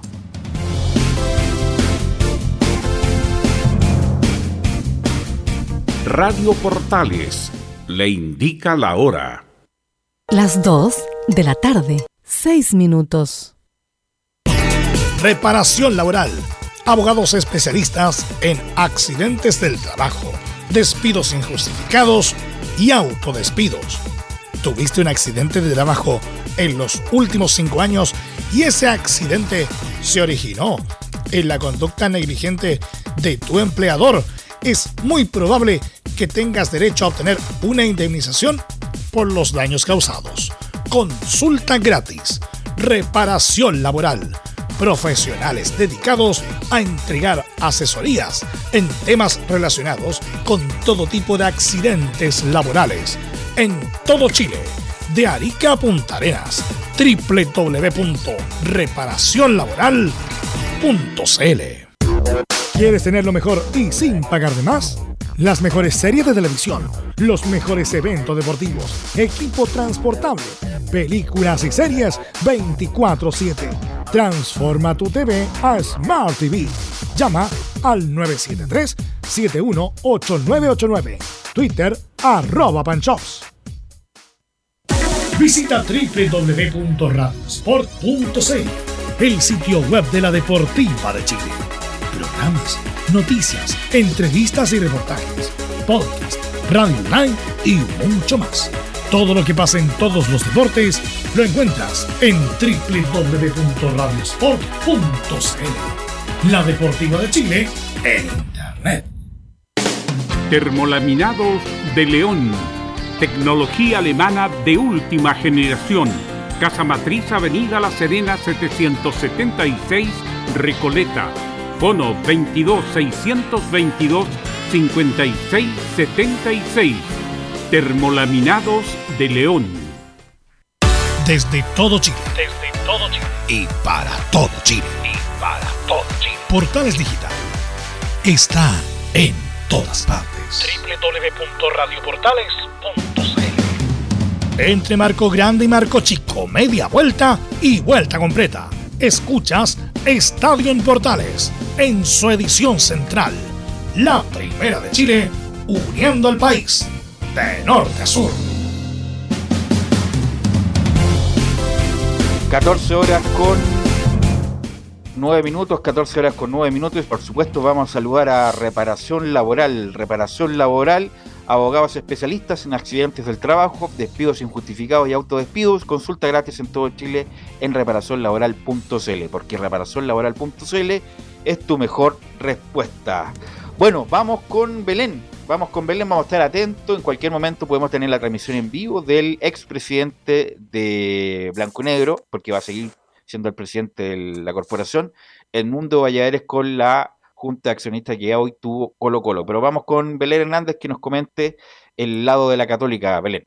Radio Portales le indica la hora. Las dos de la tarde, seis minutos. Reparación laboral. Abogados especialistas en accidentes del trabajo, despidos injustificados y autodespidos. ¿Tuviste un accidente de trabajo en los últimos cinco años y ese accidente se originó en la conducta negligente de tu empleador? Es muy probable que tengas derecho a obtener una indemnización por los daños causados. Consulta gratis. Reparación laboral. Profesionales dedicados a entregar asesorías en temas relacionados con todo tipo de accidentes laborales en todo Chile, de Arica a Punta Arenas. doble u doble u doble u punto reparación laboral punto c l. ¿Quieres tener lo mejor y sin pagar de más? Las mejores series de televisión, los mejores eventos deportivos, equipo transportable, películas y series veinticuatro siete. Transforma tu T V a Smart T V. Llama al nueve siete tres, siete uno ocho nueve ocho nueve. Twitter, arroba Panchops. Visita doble u doble u doble u punto radiosport punto c l, el sitio web de la Deportiva de Chile. Programas, noticias, entrevistas y reportajes, podcast, radio online y mucho más. Todo lo que pasa en todos los deportes lo encuentras en doble u doble u doble u punto radiosport punto c l. La Deportiva de Chile en Internet. Termolaminados de León. Tecnología alemana de última generación. Casa Matriz, Avenida La Serena, setecientos setenta y seis, Recoleta. Fono veintidós seiscientos veintidós cincuenta y seis setenta y seis. Termolaminados de León. Desde todo Chile. Desde todo Chile. Y para todo Chile. Y para todo Chile. Portales Digital está en todas partes. doble u doble u doble u punto radio portales punto c l. Entre marco grande y marco chico, media vuelta y vuelta completa. Escuchas Estadio en Portales en su edición central. La primera de Chile, uniendo al país de norte a sur. catorce horas con nueve minutos, catorce horas con nueve minutos. Por supuesto, vamos a saludar a Reparación Laboral. Reparación Laboral, abogados especialistas en accidentes del trabajo, despidos injustificados y autodespidos. Consulta gratis en todo Chile en reparación laboral punto c l, porque reparación laboral punto c l es tu mejor respuesta. Bueno, vamos con Belén. Vamos con Belén, vamos a estar atentos. En cualquier momento podemos tener la transmisión en vivo del expresidente de Blanco y Negro, porque va a seguir siendo el presidente de la corporación, Edmundo Valladares, con la junta de accionistas que ya hoy tuvo Colo Colo. Pero vamos con Belén Hernández, que nos comente el lado de la Católica. Belén.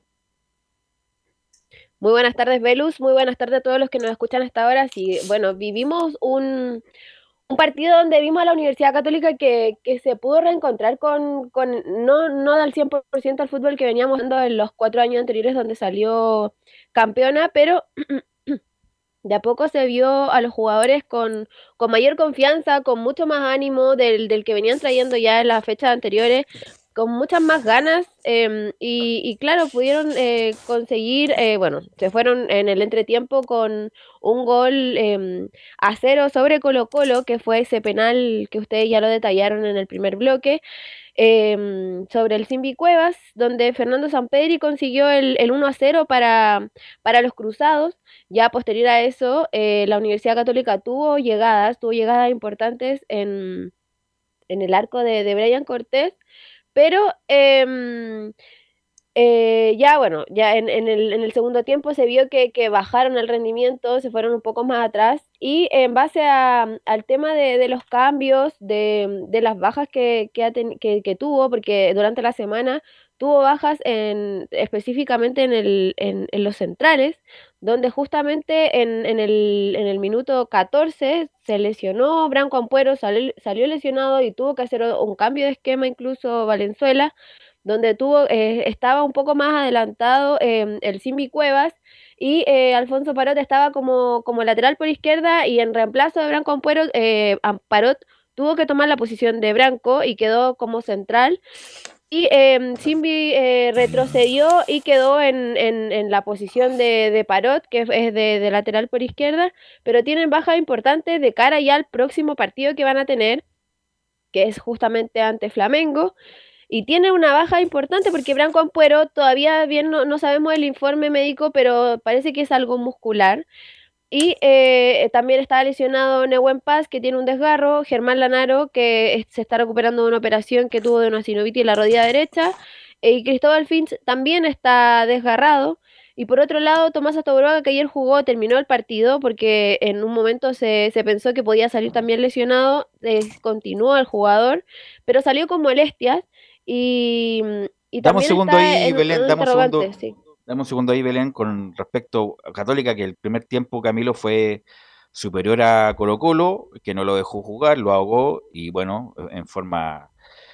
Muy buenas tardes, Velus. Muy buenas tardes a todos los que nos escuchan hasta ahora. Sí, bueno, vivimos un, un partido donde vimos a la Universidad Católica que, que se pudo reencontrar con, con no, no al cien por ciento al fútbol que veníamos dando en los cuatro años anteriores donde salió campeona, pero de a poco se vio a los jugadores con, con mayor confianza, con mucho más ánimo del, del que venían trayendo ya en las fechas anteriores, con muchas más ganas, eh, y, y claro, pudieron eh, conseguir, eh, bueno, se fueron en el entretiempo con un gol eh, a cero sobre Colo Colo, que fue ese penal que ustedes ya lo detallaron en el primer bloque, eh, sobre el Simbi Cuevas, donde Fernando Sampedri consiguió el, el uno a cero para, para los cruzados. Ya posterior a eso, eh, la Universidad Católica tuvo llegadas, tuvo llegadas importantes en, en el arco de, de Brian Cortés, pero eh, eh, ya bueno, ya en, en, el, en el segundo tiempo se vio que, que bajaron el rendimiento, se fueron un poco más atrás, y en base a, al tema de, de los cambios, de, de las bajas que, que, ha ten, que, que tuvo, porque durante la semana tuvo bajas en, específicamente en, el, en, en los centrales, donde justamente en, en, el, en el minuto catorce se lesionó Branco Ampuero, salió, salió lesionado y tuvo que hacer un cambio de esquema incluso Valenzuela, donde tuvo eh, estaba un poco más adelantado eh, el Simbi Cuevas, y eh, Alfonso Parot estaba como, como lateral por izquierda, y en reemplazo de Branco Ampuero, eh, Parot tuvo que tomar la posición de Branco y quedó como central. Y eh, Simbi eh, retrocedió y quedó en, en, en la posición de, de Parot, que es de, de lateral por izquierda, pero tienen bajas importantes de cara ya al próximo partido que van a tener, que es justamente ante Flamengo, y tiene una baja importante porque Branco Ampuero todavía bien no, no sabemos el informe médico, pero parece que es algo muscular. Y eh, también está lesionado Nehuen Paz, que tiene un desgarro, Germán Lanaro, que se está recuperando de una operación que tuvo de una sinovitis en la rodilla derecha, y Cristóbal Finch también está desgarrado. Y por otro lado, Tomás Astaburuaga, que ayer jugó, terminó el partido porque en un momento se, se pensó que podía salir también lesionado, eh, continuó el jugador, pero salió con molestias, y, y dame un también segundo está ahí, en, Belén, en un dame un segundo. interrogante, sí. Dame un segundo ahí, Belén, con respecto a Católica, que el primer tiempo Camilo fue superior a Colo Colo, que no lo dejó jugar, lo ahogó y bueno, en forma,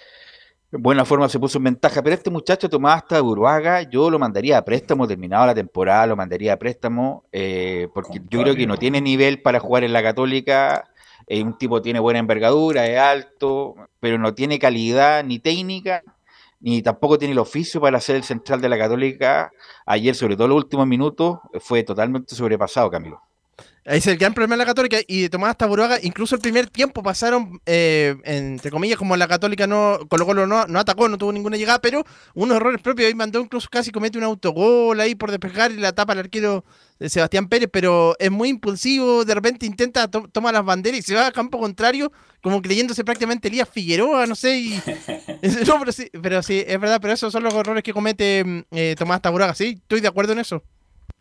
en buena forma se puso en ventaja. Pero este muchacho Tomás Astaburuaga, yo lo mandaría a préstamo, terminado la temporada, lo mandaría a préstamo, eh, porque yo creo que no tiene nivel para jugar en la Católica. Eh, un tipo tiene buena envergadura, es alto, pero no tiene calidad ni técnica, ni tampoco tiene el oficio para ser el central de la Católica. Ayer, sobre todo en los últimos minutos, fue totalmente sobrepasado, Camilo. Ahí es el gran problema de la Católica y de Tomás Astaburuaga. Incluso el primer tiempo pasaron, eh, entre comillas, como la Católica no, Colo Colo no, no atacó, no tuvo ninguna llegada, pero unos errores propios. Ahí mandó, incluso casi comete un autogol ahí por despejar y la tapa al arquero de Sebastián Pérez, pero es muy impulsivo, de repente intenta, to toma las banderas y se va a campo contrario, como creyéndose prácticamente Elías Figueroa, no sé, y... no, pero sí, pero sí, es verdad, pero esos son los errores que comete eh, Tomás Astaburuaga, sí, estoy de acuerdo en eso.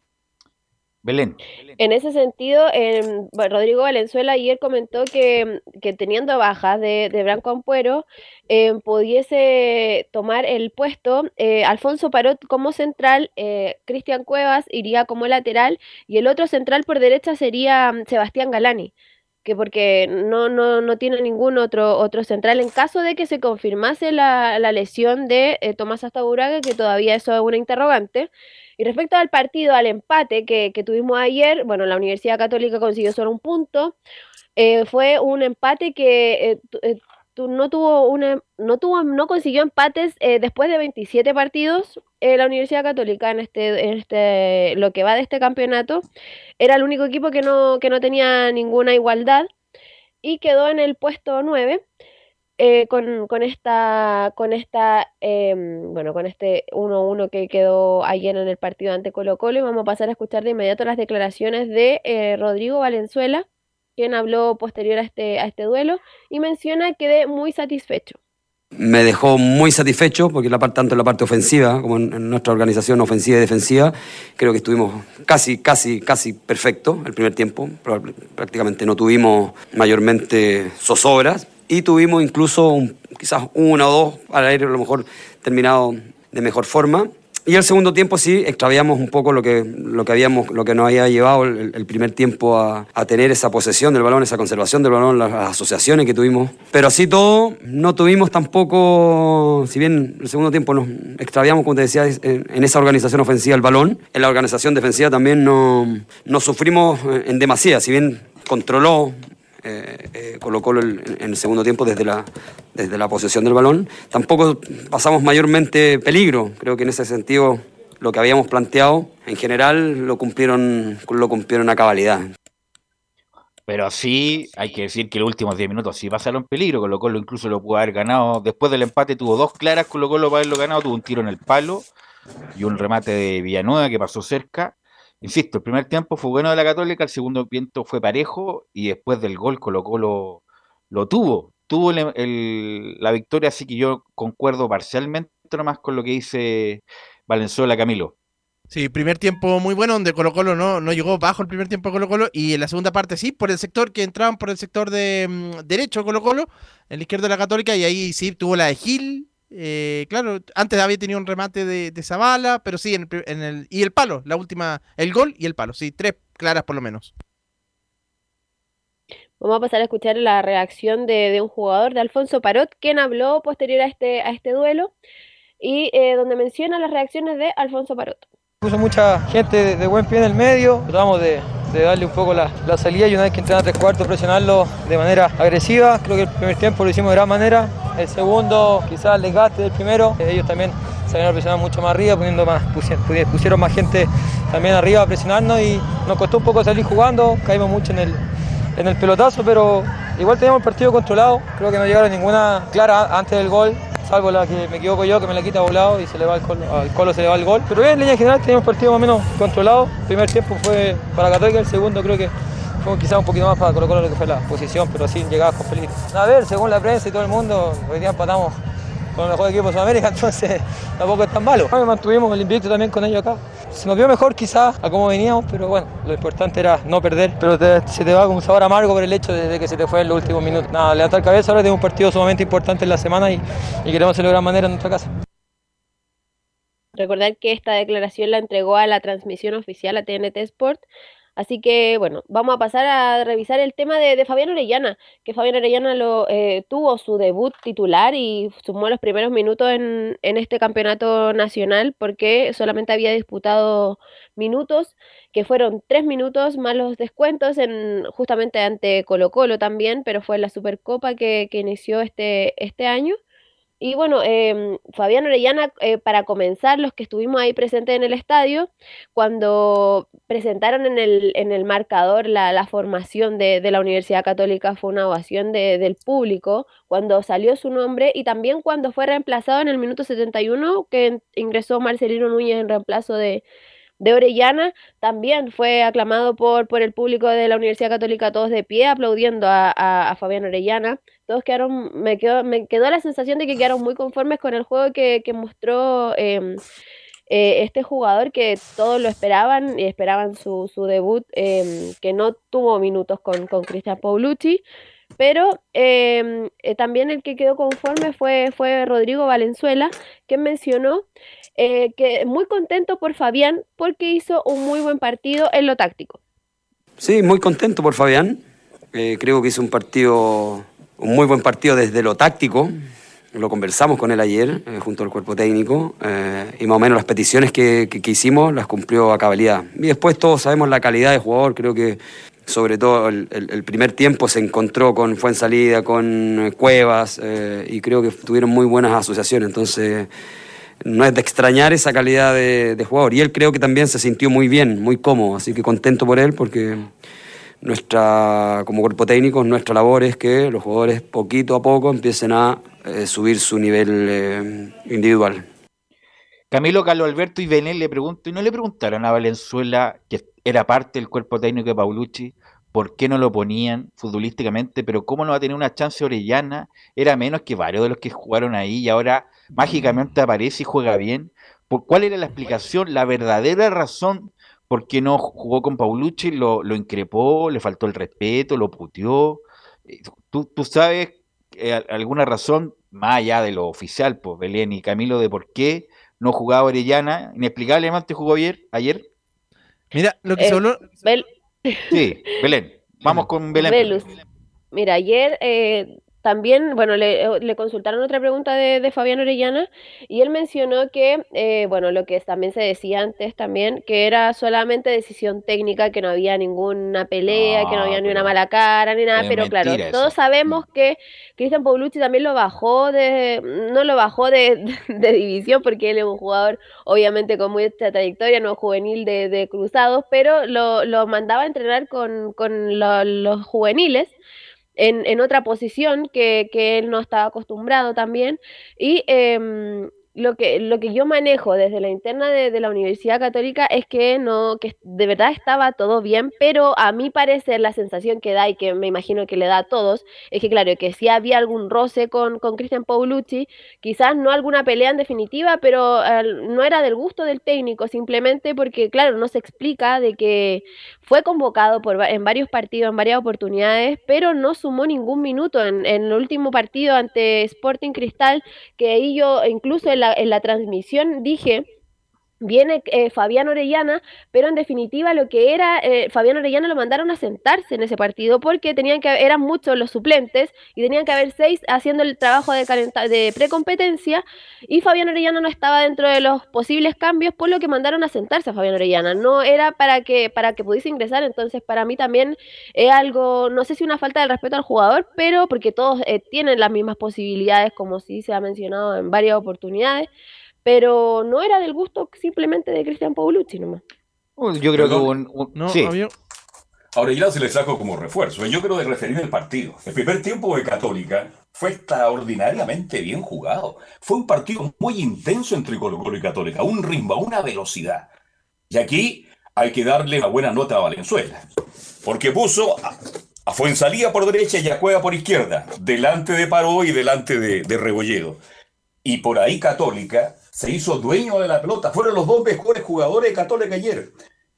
Belén. En ese sentido, eh, Rodrigo Valenzuela ayer comentó que, que teniendo bajas de, de Branco Ampuero, eh, pudiese tomar el puesto eh, Alfonso Parot como central, eh, Cristian Cuevas iría como lateral, y el otro central por derecha sería Sebastián Galani, que porque no, no, no tiene ningún otro, otro central en caso de que se confirmase la, la lesión de eh, Tomás Astaburuaga, que todavía eso es una interrogante. Y respecto al partido, al empate que, que tuvimos ayer, bueno, la Universidad Católica consiguió solo un punto, eh, fue un empate que eh, eh, no tuvo una, no tuvo, no consiguió empates eh, después de veintisiete partidos. Eh, la Universidad Católica en este, en este, lo que va de este campeonato, era el único equipo que no, que no tenía ninguna igualdad y quedó en el puesto nueve. eh, con, con esta, con esta eh, bueno, con este uno uno que quedó ayer en el partido ante Colo Colo, y vamos a pasar a escuchar de inmediato las declaraciones de eh, Rodrigo Valenzuela, quien habló posterior a este, a este duelo, y menciona que quedé muy satisfecho. Me dejó muy satisfecho porque la parte, tanto en la parte ofensiva como en, en nuestra organización ofensiva y defensiva, creo que estuvimos casi, casi, casi perfecto el primer tiempo. Prácticamente no tuvimos mayormente zozobras y tuvimos incluso un, quizás una o dos al aire, a lo mejor terminado de mejor forma. Y el segundo tiempo sí extraviamos un poco lo que, lo que, habíamos, lo que nos había llevado el, el primer tiempo a, a tener esa posesión del balón, esa conservación del balón, las, las asociaciones que tuvimos. Pero así todo, no tuvimos tampoco, si bien el segundo tiempo nos extraviamos, como te decía, en, en esa organización ofensiva el balón, en la organización defensiva también no, no sufrimos en demasía, si bien controló Eh, eh, Colo Colo en, en el segundo tiempo desde la, desde la posesión del balón, tampoco pasamos mayormente peligro. Creo que en ese sentido lo que habíamos planteado en general lo cumplieron, lo cumplieron a cabalidad. Pero sí, hay que decir que los últimos diez minutos sí pasaron peligro. Colo Colo incluso lo pudo haber ganado. Después del empate tuvo dos claras Colo Colo para haberlo ganado. Tuvo un tiro en el palo y un remate de Villanueva que pasó cerca. Insisto, el primer tiempo fue bueno de la Católica, el segundo tiempo fue parejo y después del gol Colo Colo lo tuvo, tuvo el, el, la victoria, así que yo concuerdo parcialmente nomás con lo que dice Valenzuela Camilo. Sí, primer tiempo muy bueno, donde Colo Colo no, no llegó bajo el primer tiempo de Colo Colo, y en la segunda parte sí, por el sector que entraban por el sector de um, derecho de Colo Colo, en la izquierda de la Católica, y ahí sí tuvo la de Gil. Eh, claro, antes había tenido un remate de, de Zavala, pero sí, en el, en el y el palo, la última, el gol y el palo, sí, tres claras por lo menos. Vamos a pasar a escuchar la reacción de, de un jugador, de Alfonso Parot, quien habló posterior a este, a este duelo, y eh, donde menciona las reacciones de Alfonso Parot. Puso mucha gente de, de buen pie en el medio, tratamos de, de darle un poco la, la salida, y una vez que entraron tres cuartos presionarlo de manera agresiva. Creo que el primer tiempo lo hicimos de gran manera, el segundo quizás el desgaste del primero, ellos también salieron a presionar mucho más arriba, poniendo más, pusieron, pusieron más gente también arriba a presionarnos, y nos costó un poco salir jugando, caímos mucho en el, en el pelotazo, pero igual teníamos el partido controlado. Creo que no llegaron ninguna clara antes del gol, salvo la que me equivoco yo, que me la quita volado y se le va al Colo, al Colo se le va el gol. Pero bien, en línea general teníamos el partido más o menos controlado. El primer tiempo fue para Católica, el segundo creo que fue quizás un poquito más para Colo Colo lo que fue la posición, pero sin llegar con peligro. A ver, según la prensa y todo el mundo, hoy día empatamos con el mejor equipo de Sudamérica, entonces tampoco es tan malo. Me mantuvimos el invicto también con ellos acá. Se nos vio mejor quizás a cómo veníamos, pero bueno, lo importante era no perder. Pero te, se te va con un sabor amargo por el hecho de, de que se te fue en los últimos minutos. Nada, levantar cabeza, ahora tenemos un partido sumamente importante en la semana y, y queremos hacerlo de gran manera en nuestra casa. Recordar que esta declaración la entregó a la transmisión oficial a T N T Sport. Así que, bueno, vamos a pasar a revisar el tema de, de Fabián Orellana, que Fabián Orellana lo, eh, tuvo su debut titular y sumó los primeros minutos en, en este campeonato nacional, porque solamente había disputado minutos, que fueron tres minutos más los descuentos, en, justamente ante Colo Colo también, pero fue la Supercopa que, que inició este, este año. Y bueno, eh, Fabián Orellana, eh, para comenzar, los que estuvimos ahí presentes en el estadio, cuando presentaron en el, en el marcador la, la formación de, de la Universidad Católica, fue una ovación de, del público, cuando salió su nombre, y también cuando fue reemplazado en el minuto setenta y uno, que ingresó Marcelino Núñez en reemplazo de, de Orellana, también fue aclamado por, por el público de la Universidad Católica, todos de pie, aplaudiendo a, a, a Fabián Orellana. Todos quedaron, me quedó, me quedó la sensación de que quedaron muy conformes con el juego que, que mostró eh, eh, este jugador, que todos lo esperaban y esperaban su, su debut, eh, que no tuvo minutos con, con Cristian Paulucci, pero eh, eh, también el que quedó conforme fue, fue Rodrigo Valenzuela, que mencionó eh, que muy contento por Fabián porque hizo un muy buen partido en lo táctico. Sí, muy contento por Fabián, eh, creo que hizo un partido... Un muy buen partido desde lo táctico, lo conversamos con él ayer, eh, junto al cuerpo técnico, eh, y más o menos las peticiones que, que, que hicimos las cumplió a cabalidad. Y después todos sabemos la calidad de jugador, creo que sobre todo el, el, el primer tiempo se encontró con Fuensalida, con Cuevas, eh, y creo que tuvieron muy buenas asociaciones, entonces no es de extrañar esa calidad de, de jugador. Y él creo que también se sintió muy bien, muy cómodo, así que contento por él porque... nuestra, como cuerpo técnico, nuestra labor es que los jugadores poquito a poco empiecen a eh, subir su nivel eh, individual. Camilo, Carlos Alberto y Belén le pregunto, ¿y no le preguntaron a Valenzuela, que era parte del cuerpo técnico de Paulucci, por qué no lo ponían futbolísticamente? Pero cómo no va a tener una chance Orellana, era menos que varios de los que jugaron ahí y ahora mágicamente aparece y juega bien. ¿Por cuál era la explicación, la verdadera razón por qué no jugó con Paulucci? ¿Lo, lo increpó, le faltó el respeto, lo puteó? ¿Tú, tú sabes eh, alguna razón, más allá de lo oficial, pues, Belén y Camilo, de por qué no jugaba Orellana? Inexplicablemente jugó ayer. ayer. Mira, lo que Eh, se habló... Bel- Sí, Belén. Vamos con Belén. Velus. Mira, ayer eh, también, bueno, le, le consultaron otra pregunta de, de Fabián Orellana y él mencionó que, eh, bueno, lo que también se decía antes también, que era solamente decisión técnica, que no había ninguna pelea, No, que no había ni una pero mala cara, ni nada, es pero claro, mentira todos eso. sabemos que Cristian Paulucci también lo bajó de, no lo bajó de, de división, porque él es un jugador obviamente con mucha trayectoria, no juvenil de, de Cruzados, pero lo, lo mandaba a entrenar con, con lo- los juveniles en, en otra posición que, que él no estaba acostumbrado también. Y em, lo que, lo que yo manejo desde la interna de, de la Universidad Católica es que no, que de verdad estaba todo bien, pero a mi parecer la sensación que da y que me imagino que le da a todos es que claro, que sí había algún roce con, con Cristian Paulucci, quizás no alguna pelea en definitiva, pero eh, no era del gusto del técnico, simplemente porque claro, no se explica de que fue convocado por, va- en varios partidos, en varias oportunidades, pero no sumó ningún minuto en, en el último partido ante Sporting Cristal, que ahí yo incluso en la, en la transmisión dije, viene eh, Fabián Orellana, pero en definitiva lo que era, eh, Fabián Orellana lo mandaron a sentarse en ese partido porque tenían que eran muchos los suplentes y tenían que haber seis haciendo el trabajo de, calenta- de precompetencia y Fabián Orellana no estaba dentro de los posibles cambios, por lo que mandaron a sentarse a Fabián Orellana, no era para que, para que pudiese ingresar, entonces para mí también es algo, no sé si una falta de respeto al jugador, pero porque todos eh, tienen las mismas posibilidades, como sí se ha mencionado en varias oportunidades, pero no era del gusto simplemente de Cristian Paulucci nomás. Yo creo que Perdón. hubo un, un- No, sí. había- Ahora ya se le trajo como refuerzo. Yo creo de referirme al partido. El primer tiempo de Católica fue extraordinariamente bien jugado. Fue un partido muy intenso entre Colo-Colo y Católica. Un ritmo, una velocidad. Y aquí hay que darle una buena nota a Valenzuela. Porque puso a, a Fuenzalía por derecha y a Cueva por izquierda. Delante de Paró y delante de, de Rebolledo. Y por ahí Católica se hizo dueño de la pelota. Fueron los dos mejores jugadores de Católica ayer.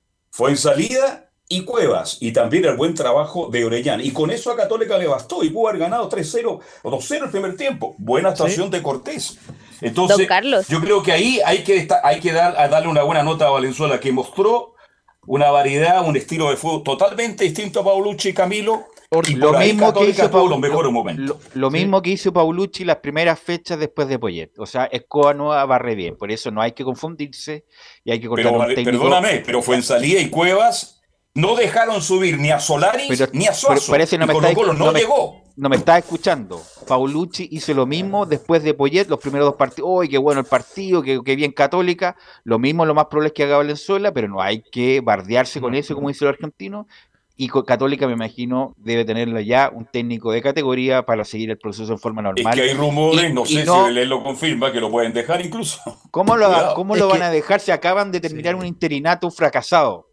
Fuenzalía y Cuevas, y también el buen trabajo de Orellana. Y con eso a Católica le bastó y pudo haber ganado tres cero o dos cero el primer tiempo. Buena actuación de Cortés. Entonces, Don Carlos. yo creo que ahí hay que, esta- hay que dar, a darle una buena nota a Valenzuela, que mostró una variedad, un estilo de fútbol totalmente distinto a Paulucci y Camilo. Y Lo por ahí mismo que Católica hizo tuvo Paul- los mejores lo- momentos. Lo, lo mismo que hizo Paulucci las primeras fechas después de Poyet. O sea, Escoba Nueva barre bien. Por eso no hay que confundirse y hay que cortar Pero, un vale, técnico. perdóname, pero Fuenzalía y Cuevas no dejaron subir ni a Solaris Pero- ni a Suazo. pero parece no y me Colo-Colo estáis- no, no me- llegó. No me estás escuchando. Paulucci hizo lo mismo después de Poyet, los primeros dos partidos. ¡Uy, qué bueno el partido! Qué, qué bien Católica! Lo mismo, lo más probable es que haga Valenzuela, pero no hay que bardearse con eso, como dice el argentino. Y co- Católica, me imagino, debe tenerlo ya un técnico de categoría para seguir el proceso en forma Es normal. que hay rumores, Y- no y sé no- si Belén lo confirma, que lo pueden dejar incluso. ¿Cómo lo, Cuidado. cómo Es lo van que- a dejar? Se acaban de terminar un interinato fracasado.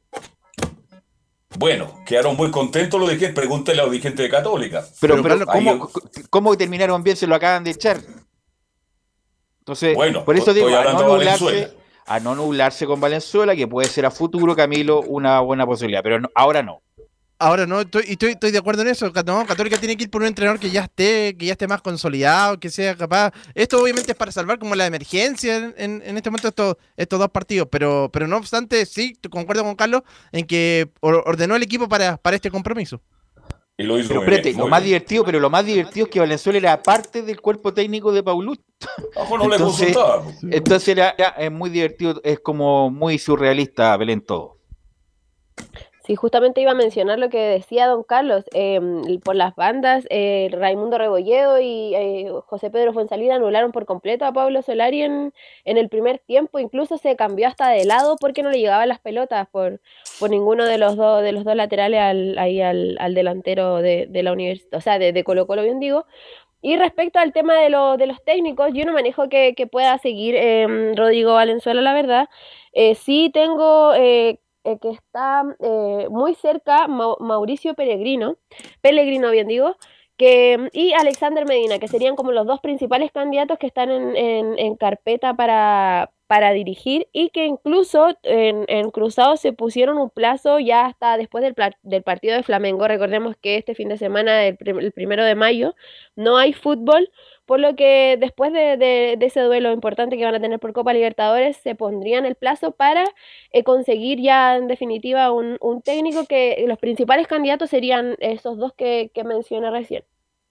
Bueno, quedaron muy contentos los de que pregúntele a los dirigentes de Católica. Pero, Pero, pero Carlos, ¿cómo, ¿cómo terminaron bien? Se lo acaban de echar. Entonces, Bueno, por eso estoy digo, a no, hablando de nublarse, Valenzuela. a no nublarse con Valenzuela, que puede ser a futuro, Camilo, una buena posibilidad, pero no- ahora no. Ahora no, estoy, y estoy, estoy de acuerdo en eso. No, Católica tiene que ir por un entrenador que ya esté, que ya esté más consolidado, que sea capaz. Esto obviamente es para salvar como la emergencia en, en- en este momento estos, estos dos partidos, pero, pero no obstante, sí, concuerdo con Carlos en que or- ordenó el equipo para, para este compromiso. Y lo hizo Pero muy bien, espérate, lo muy más bien. divertido, pero lo más divertido es que Valenzuela era parte del cuerpo técnico de Paulucci. Ojo, no le Entonces- consultaba. Entonces era, era- es muy divertido, es como muy surrealista, Belén, todo. Sí, justamente iba a mencionar lo que decía don Carlos, eh, por las bandas, eh, Raimundo Rebolledo y eh, José Pedro Fuenzalida anularon por completo a Pablo Solari en, en el primer tiempo, incluso se cambió hasta de lado porque no le llegaban las pelotas por, por ninguno de los dos de los dos laterales al, ahí al, al delantero de, de la universidad, o sea, de, de Colo Colo, bien digo. Y respecto al tema de, lo, de los técnicos, yo no manejo que, que pueda seguir eh, Rodrigo Valenzuela, la verdad. Eh, sí tengo... Eh, Eh, que está eh, muy cerca Ma Mauricio Pellegrino, Pellegrino bien digo, que, y Alexander Medina, que serían como los dos principales candidatos que están en, en, en carpeta para, para dirigir, y que incluso en, en Cruzado se pusieron un plazo ya hasta después del, del partido de Flamengo. Recordemos que este fin de semana, el, prim el primero de mayo, no hay fútbol, por lo que después de, de, de ese duelo importante que van a tener por Copa Libertadores, se pondrían el plazo para eh, conseguir ya en definitiva un, un técnico, que los principales candidatos serían esos dos que, que mencioné recién.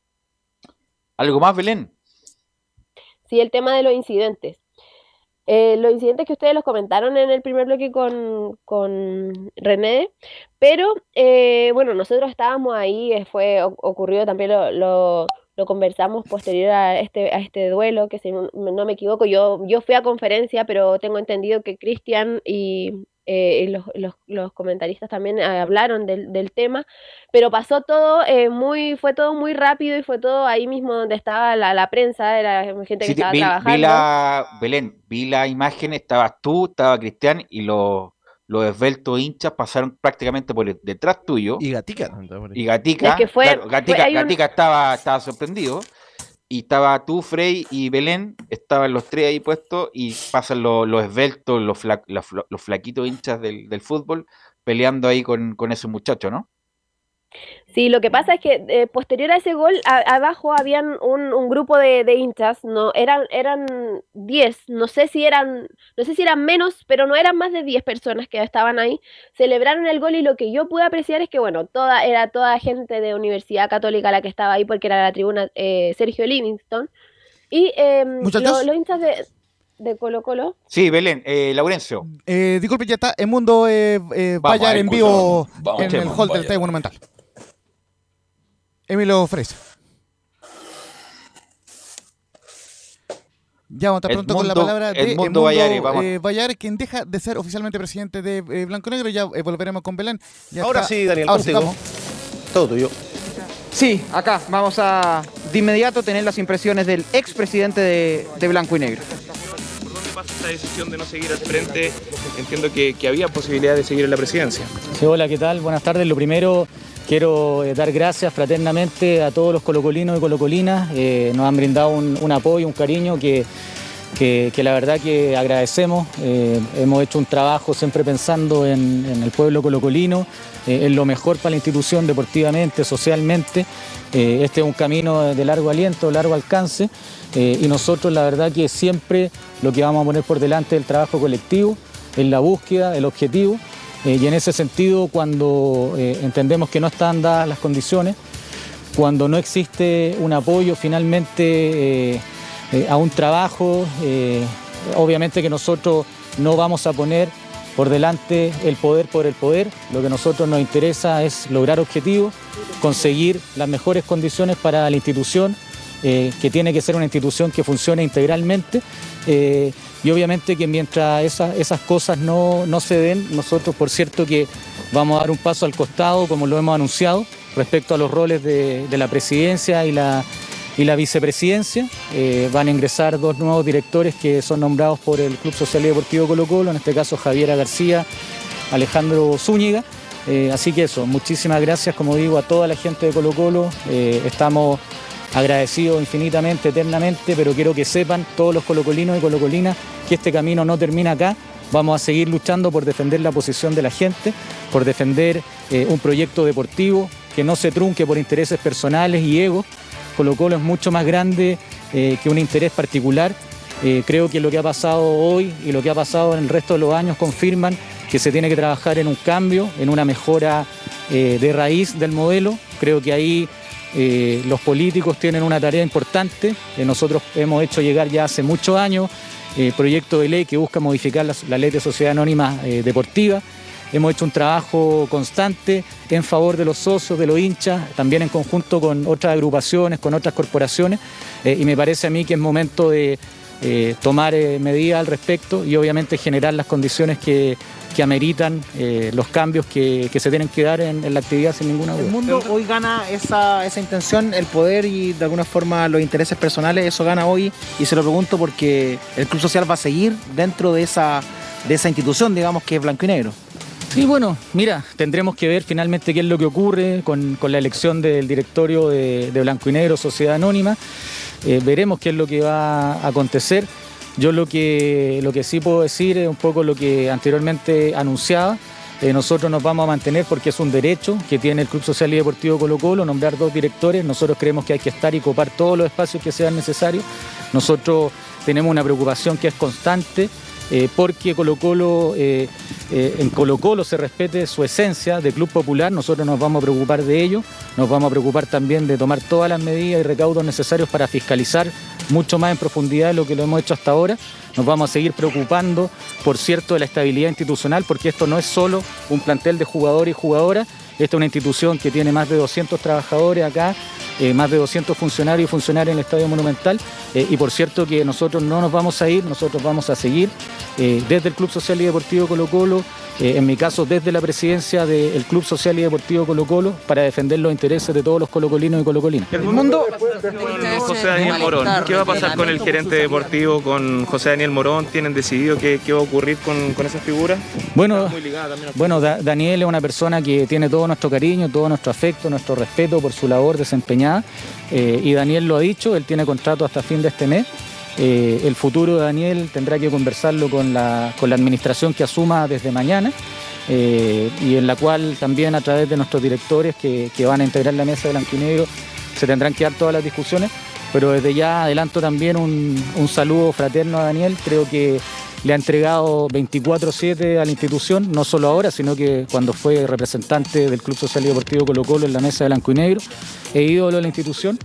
¿Algo más, Belén? Sí, el tema de los incidentes. Eh, los incidentes que ustedes los comentaron en el primer bloque con, con René, pero eh, bueno, nosotros estábamos ahí, eh, fue ocurrió también lo... lo lo conversamos posterior a este a este duelo, que si no, no me equivoco, yo yo fui a conferencia, pero tengo entendido que Cristian y, eh, y los, los, los comentaristas también hablaron del, del tema, pero pasó todo eh, muy, fue todo muy rápido y fue todo ahí mismo donde estaba la, la prensa, era gente que Sí, estaba vi, trabajando. vi la, Belén, vi la imagen, estabas tú, estaba Cristian y los... Los esbeltos hinchas pasaron prácticamente por el, detrás tuyo. Y Gatica. Y Gatica, Es que fue- claro, Gatica, fue- hay un- Gatica estaba, estaba sorprendido. Y estaba tú, Frey y Belén, estaban los tres ahí puestos y pasan los, los esbeltos, los, fla- los, fla- los flaquitos hinchas del, del fútbol peleando ahí con, con ese muchacho, ¿no? Sí, lo que pasa es que eh, posterior a ese gol, a- abajo habían un, un grupo de, de hinchas, no, eran, eran diez, no sé si eran, no sé si eran menos, pero no eran más de diez personas que estaban ahí, celebraron el gol, y lo que yo pude apreciar es que, bueno, toda, era toda gente de Universidad Católica la que estaba ahí, porque era la tribuna eh, Sergio Livingston, y eh, ¿Muchachos? lo- los hinchas de, de Colo Colo. Sí, Belén, eh, Laurencio. Eh, disculpe, ya está en Mundo eh, eh, Vamos Bayar a en escuchar, vivo vamos, en el escuchemos, hall del Bayar. Estadio Monumental. Emilio Fresa. Ya vamos a estar pronto con la Edmundo- palabra de Edmundo Edmundo Bayari, vamos. eh, Bayar, quien deja de ser oficialmente presidente de eh, Blanco Negro. Ya eh, volveremos con Belén. Ya Ahora está. sí, Daniel, Ahora sí, contigo. vamos. Todo tuyo. Sí, acá vamos a de inmediato tener las impresiones del expresidente de, de Blanco y Negro. ¿Por dónde pasa esta decisión de no seguir al frente? Entiendo que, que había posibilidad de seguir en la presidencia. Sí, hola, ¿qué tal? Buenas tardes. Lo primero, quiero eh, dar gracias fraternamente a todos los colocolinos y colocolinas. Eh, nos han brindado un, un apoyo, un cariño que, que, que la verdad que agradecemos. Eh, hemos hecho un trabajo siempre pensando en, en el pueblo colocolino, eh, en lo mejor para la institución deportivamente, socialmente. Eh, este es un camino de largo aliento, largo alcance, eh, y nosotros la verdad que siempre lo que vamos a poner por delante es el trabajo colectivo, en la búsqueda, el objetivo. Eh, y en ese sentido, cuando eh, entendemos que no están dadas las condiciones, cuando no existe un apoyo finalmente eh, eh, a un trabajo, eh, obviamente que nosotros no vamos a poner por delante el poder por el poder. Lo que a nosotros nos interesa es lograr objetivos, conseguir las mejores condiciones para la institución, eh, que tiene que ser una institución que funcione integralmente. Eh, y obviamente que mientras esa, esas cosas no, no se den, nosotros por cierto que vamos a dar un paso al costado, como lo hemos anunciado, respecto a los roles de, de la presidencia y la, y la vicepresidencia. Eh, van a ingresar dos nuevos directores que son nombrados por el Club Social y Deportivo Colo Colo, en este caso Javiera García, Alejandro Zúñiga. Eh, así que eso, muchísimas gracias, como digo, a toda la gente de Colo Colo. Eh, estamos agradecidos infinitamente, eternamente, pero quiero que sepan todos los colocolinos y colocolinas que este camino no termina acá. Vamos a seguir luchando por defender la posición de la gente, por defender eh, un proyecto deportivo que no se trunque por intereses personales y egos. Colo Colo es mucho más grande eh, que un interés particular. Eh, creo que lo que ha pasado hoy y lo que ha pasado en el resto de los años confirman que se tiene que trabajar en un cambio, en una mejora eh, de raíz del modelo. Creo que ahí eh, los políticos tienen una tarea importante. Eh, nosotros hemos hecho llegar ya hace muchos años eh, proyecto de ley que busca modificar la, la ley de sociedad anónima eh, deportiva. hemos hecho un trabajo constante en favor de los socios, de los hinchas, también en conjunto con otras agrupaciones, con otras corporaciones, eh, y me parece a mí que es momento de eh, tomar eh, medidas al respecto y obviamente generar las condiciones que, que ameritan eh, los cambios que, que se tienen que dar en, en la actividad sin ninguna duda. El mundo hoy gana esa, esa intención, el poder y de alguna forma los intereses personales, eso gana hoy, y se lo pregunto porque el Club Social va a seguir dentro de esa, de esa institución, digamos, que es blanco y negro. Sí, bueno, mira, tendremos que ver finalmente qué es lo que ocurre con, con la elección del directorio de, de Blanco y Negro, Sociedad Anónima. Eh, veremos qué es lo que va a acontecer. Yo lo que, lo que sí puedo decir es un poco lo que anteriormente anunciaba. Eh, nosotros nos vamos a mantener porque es un derecho que tiene el Club Social y Deportivo Colo Colo, nombrar dos directores. Nosotros creemos que hay que estar y copar todos los espacios que sean necesarios. Nosotros tenemos una preocupación que es constante, eh, porque Colo Colo, eh, eh, en Colo Colo se respete su esencia de club popular. Nosotros nos vamos a preocupar de ello, nos vamos a preocupar también de tomar todas las medidas y recaudos necesarios para fiscalizar mucho más en profundidad de lo que lo hemos hecho hasta ahora. Nos vamos a seguir preocupando, por cierto, de la estabilidad institucional, porque esto no es solo un plantel de jugadores y jugadoras. Esta es una institución que tiene más de doscientos trabajadores acá, eh, más de doscientos funcionarios y funcionarias en el Estadio Monumental, eh, y por cierto que nosotros no nos vamos a ir, nosotros vamos a seguir eh, desde el Club Social y Deportivo Colo Colo, eh, en mi caso desde la presidencia del Club Social y Deportivo Colo Colo, para defender los intereses de todos los colocolinos y colocolinas. El mundo con José Daniel Morón, ¿qué va a pasar con el gerente deportivo, con José Daniel Morón? ¿Tienen decidido qué, qué va a ocurrir con, con esa figura? Bueno, bueno da, Daniel es una persona que tiene todo nuestro cariño, todo nuestro afecto, nuestro respeto por su labor desempeñada, eh, y Daniel lo ha dicho, él tiene contrato hasta fin de este mes. Eh, el futuro de Daniel tendrá que conversarlo con la, con la administración que asuma desde mañana, eh, y en la cual también a través de nuestros directores que, que van a integrar la mesa de blanco y negro se tendrán que dar todas las discusiones, pero desde ya adelanto también un, un saludo fraterno a Daniel. Creo que le ha entregado veinticuatro siete a la institución, no solo ahora, sino que cuando fue representante del Club Social y Deportivo Colo Colo en la mesa de blanco y negro, e ídolo de la institución,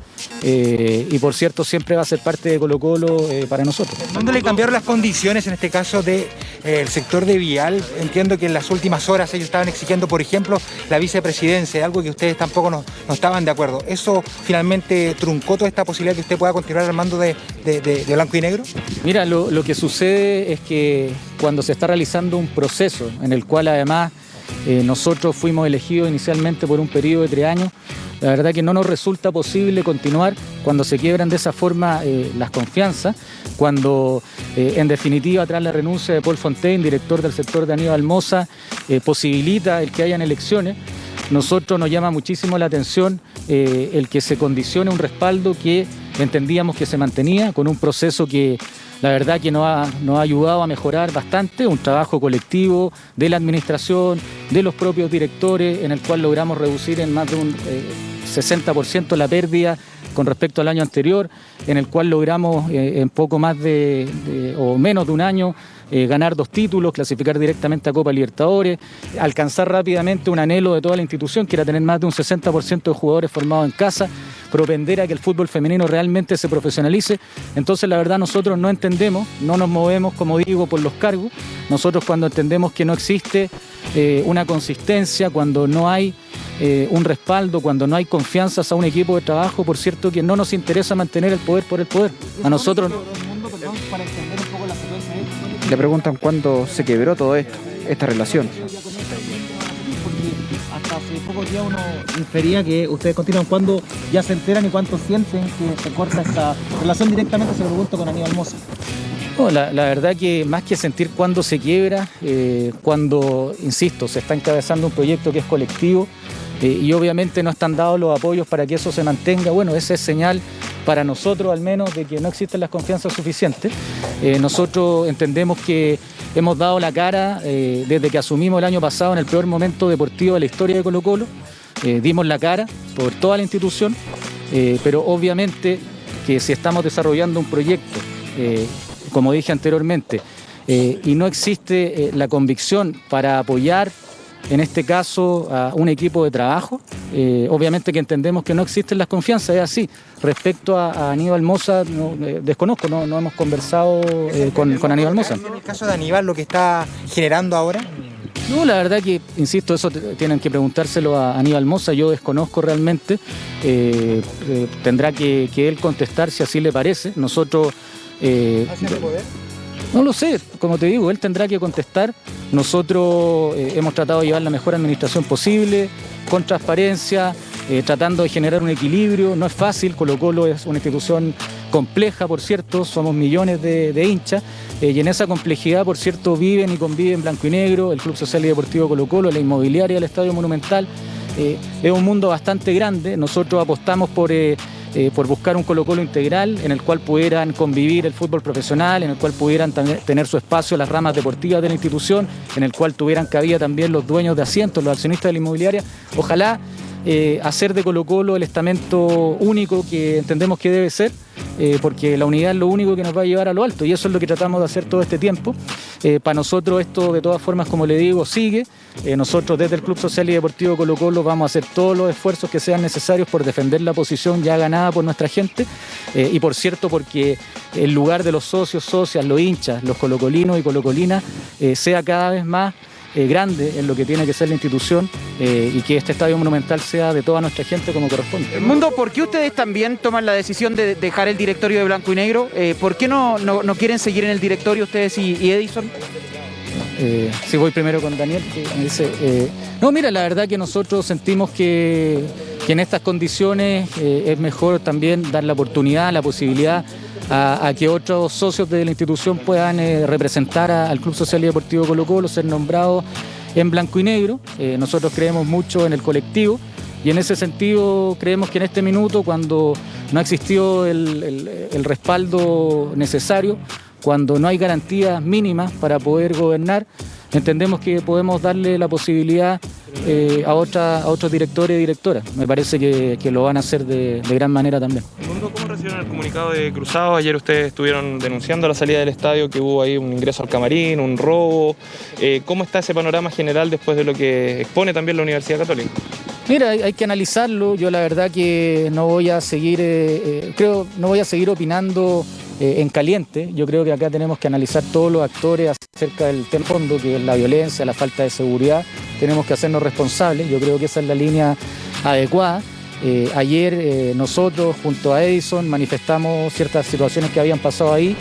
eh, y por cierto siempre va a ser parte de Colo Colo eh, para nosotros. ¿Dónde le cambiaron las condiciones en este caso del de, eh, sector de Vial? Entiendo que en las últimas horas ellos estaban exigiendo, por ejemplo, la vicepresidencia, algo que ustedes tampoco no, no estaban de acuerdo. ¿Eso finalmente truncó toda esta posibilidad que usted pueda continuar al mando de, de, de, de blanco y negro? Mira, lo, lo que sucede es que cuando se está realizando un proceso en el cual además eh, nosotros fuimos elegidos inicialmente por un periodo de tres años, la verdad que no nos resulta posible continuar cuando se quiebran de esa forma eh, las confianzas, cuando eh, en definitiva tras la renuncia de Paul Fontaine, director del sector de Aníbal Mosa, eh, posibilita el que hayan elecciones. Nosotros nos llama muchísimo la atención eh, el que se condicione un respaldo que entendíamos que se mantenía con un proceso que la verdad que nos ha, nos ha ayudado a mejorar bastante, un trabajo colectivo de la administración, de los propios directores, en el cual logramos reducir en más de un eh, sesenta por ciento la pérdida con respecto al año anterior, en el cual logramos eh, en poco más de, de o menos de un año eh, ganar dos títulos, clasificar directamente a Copa Libertadores, alcanzar rápidamente un anhelo de toda la institución, que era tener más de un sesenta por ciento de jugadores formados en casa, propender a que el fútbol femenino realmente se profesionalice. Entonces la verdad nosotros no entendemos, no nos movemos, como digo, por los cargos. Nosotros cuando entendemos que no existe eh, una consistencia, cuando no hay eh, un respaldo, cuando no hay confianzas a un equipo de trabajo, por cierto que no nos interesa mantener el poder por el poder. A nosotros... Le preguntan cuándo se quebró todo esto, esta relación. Hasta hace pocos días uno infería que ustedes continúan, cuando ya se enteran y cuánto sienten que se corta esta relación. Directamente se lo pregunto con Aníbal Mosa. No, la, la verdad que más que sentir cuándo se quiebra, eh, cuando, insisto, se está encabezando un proyecto que es colectivo eh, y obviamente no están dados los apoyos para que eso se mantenga, bueno, esa es señal para nosotros al menos de que no existen las confianzas suficientes. Eh, nosotros entendemos que hemos dado la cara eh, desde que asumimos el año pasado en el peor momento deportivo de la historia de Colo Colo. Eh, dimos la cara por toda la institución, eh, pero obviamente que si estamos desarrollando un proyecto, eh, como dije anteriormente, eh, y no existe eh, la convicción para apoyar, en este caso, a un equipo de trabajo, eh, obviamente que entendemos que no existen las confianzas, es así. Respecto a, a Aníbal Mosa, no, eh, desconozco, no, no hemos conversado eh, con, con Aníbal Mosa. ¿En el caso de Aníbal lo que está generando ahora? No, la verdad que, insisto, eso tienen que preguntárselo a Aníbal Mosa, yo desconozco realmente, eh, eh, tendrá que, que él contestar si así le parece. Nosotros... Eh, no lo sé, como te digo, él tendrá que contestar. Nosotros eh, hemos tratado de llevar la mejor administración posible, con transparencia, eh, tratando de generar un equilibrio. No es fácil, Colo-Colo es una institución compleja, por cierto, somos millones de, de hinchas, eh, y en esa complejidad, por cierto, viven y conviven Blanco y Negro, el Club Social y Deportivo Colo-Colo, la inmobiliaria del Estadio Monumental. Eh, es un mundo bastante grande. Nosotros apostamos por, eh, eh, por buscar un Colo-Colo integral en el cual pudieran convivir el fútbol profesional, en el cual pudieran tener su espacio las ramas deportivas de la institución, en el cual tuvieran cabida también los dueños de asientos, los accionistas de la inmobiliaria. Ojalá eh, hacer de Colo-Colo el estamento único que entendemos que debe ser, eh, porque la unidad es lo único que nos va a llevar a lo alto, y eso es lo que tratamos de hacer todo este tiempo. Eh, para nosotros esto, de todas formas, como le digo, sigue. Eh, nosotros desde el Club Social y Deportivo Colo-Colo vamos a hacer todos los esfuerzos que sean necesarios por defender la posición ya ganada por nuestra gente, eh, y por cierto porque el lugar de los socios, socias, los hinchas, los colocolinos y colocolinas eh, sea cada vez más eh, grande en lo que tiene que ser la institución, eh, y que este estadio monumental sea de toda nuestra gente como corresponde. Mundo, ¿por qué ustedes también toman la decisión de dejar el directorio de Blanco y Negro? Eh, ¿Por qué no, no, no quieren seguir en el directorio ustedes y, y Edison? Eh, si voy primero con Daniel, que me dice... Eh, no, mira, la verdad que nosotros sentimos que, que en estas condiciones eh, es mejor también dar la oportunidad, la posibilidad a, a que otros socios de la institución puedan eh, representar a, al Club Social y Deportivo Colo-Colo, ser nombrados en blanco y negro. Eh, nosotros creemos mucho en el colectivo, y en ese sentido creemos que en este minuto, cuando no ha existido el, el, el respaldo necesario, cuando no hay garantías mínimas para poder gobernar, entendemos que podemos darle la posibilidad eh, a, otra, a otros directores y directoras. Me parece que, que lo van a hacer de, de gran manera también. ¿Cómo recibieron el comunicado de Cruzado? Ayer ustedes estuvieron denunciando la salida del estadio, que hubo ahí un ingreso al camarín, un robo. Eh, ¿Cómo está ese panorama general después de lo que expone también la Universidad Católica? Mira, hay, hay que analizarlo. Yo la verdad que no voy a seguir, eh, eh, creo, no voy a seguir opinando eh, en caliente. Yo creo que acá tenemos que analizar todos los actores acerca del tema fondo, que es la violencia, la falta de seguridad. Tenemos que hacernos responsables. Yo creo que esa es la línea adecuada. Eh, ayer eh, nosotros, junto a Edison, manifestamos ciertas situaciones que habían pasado ahí,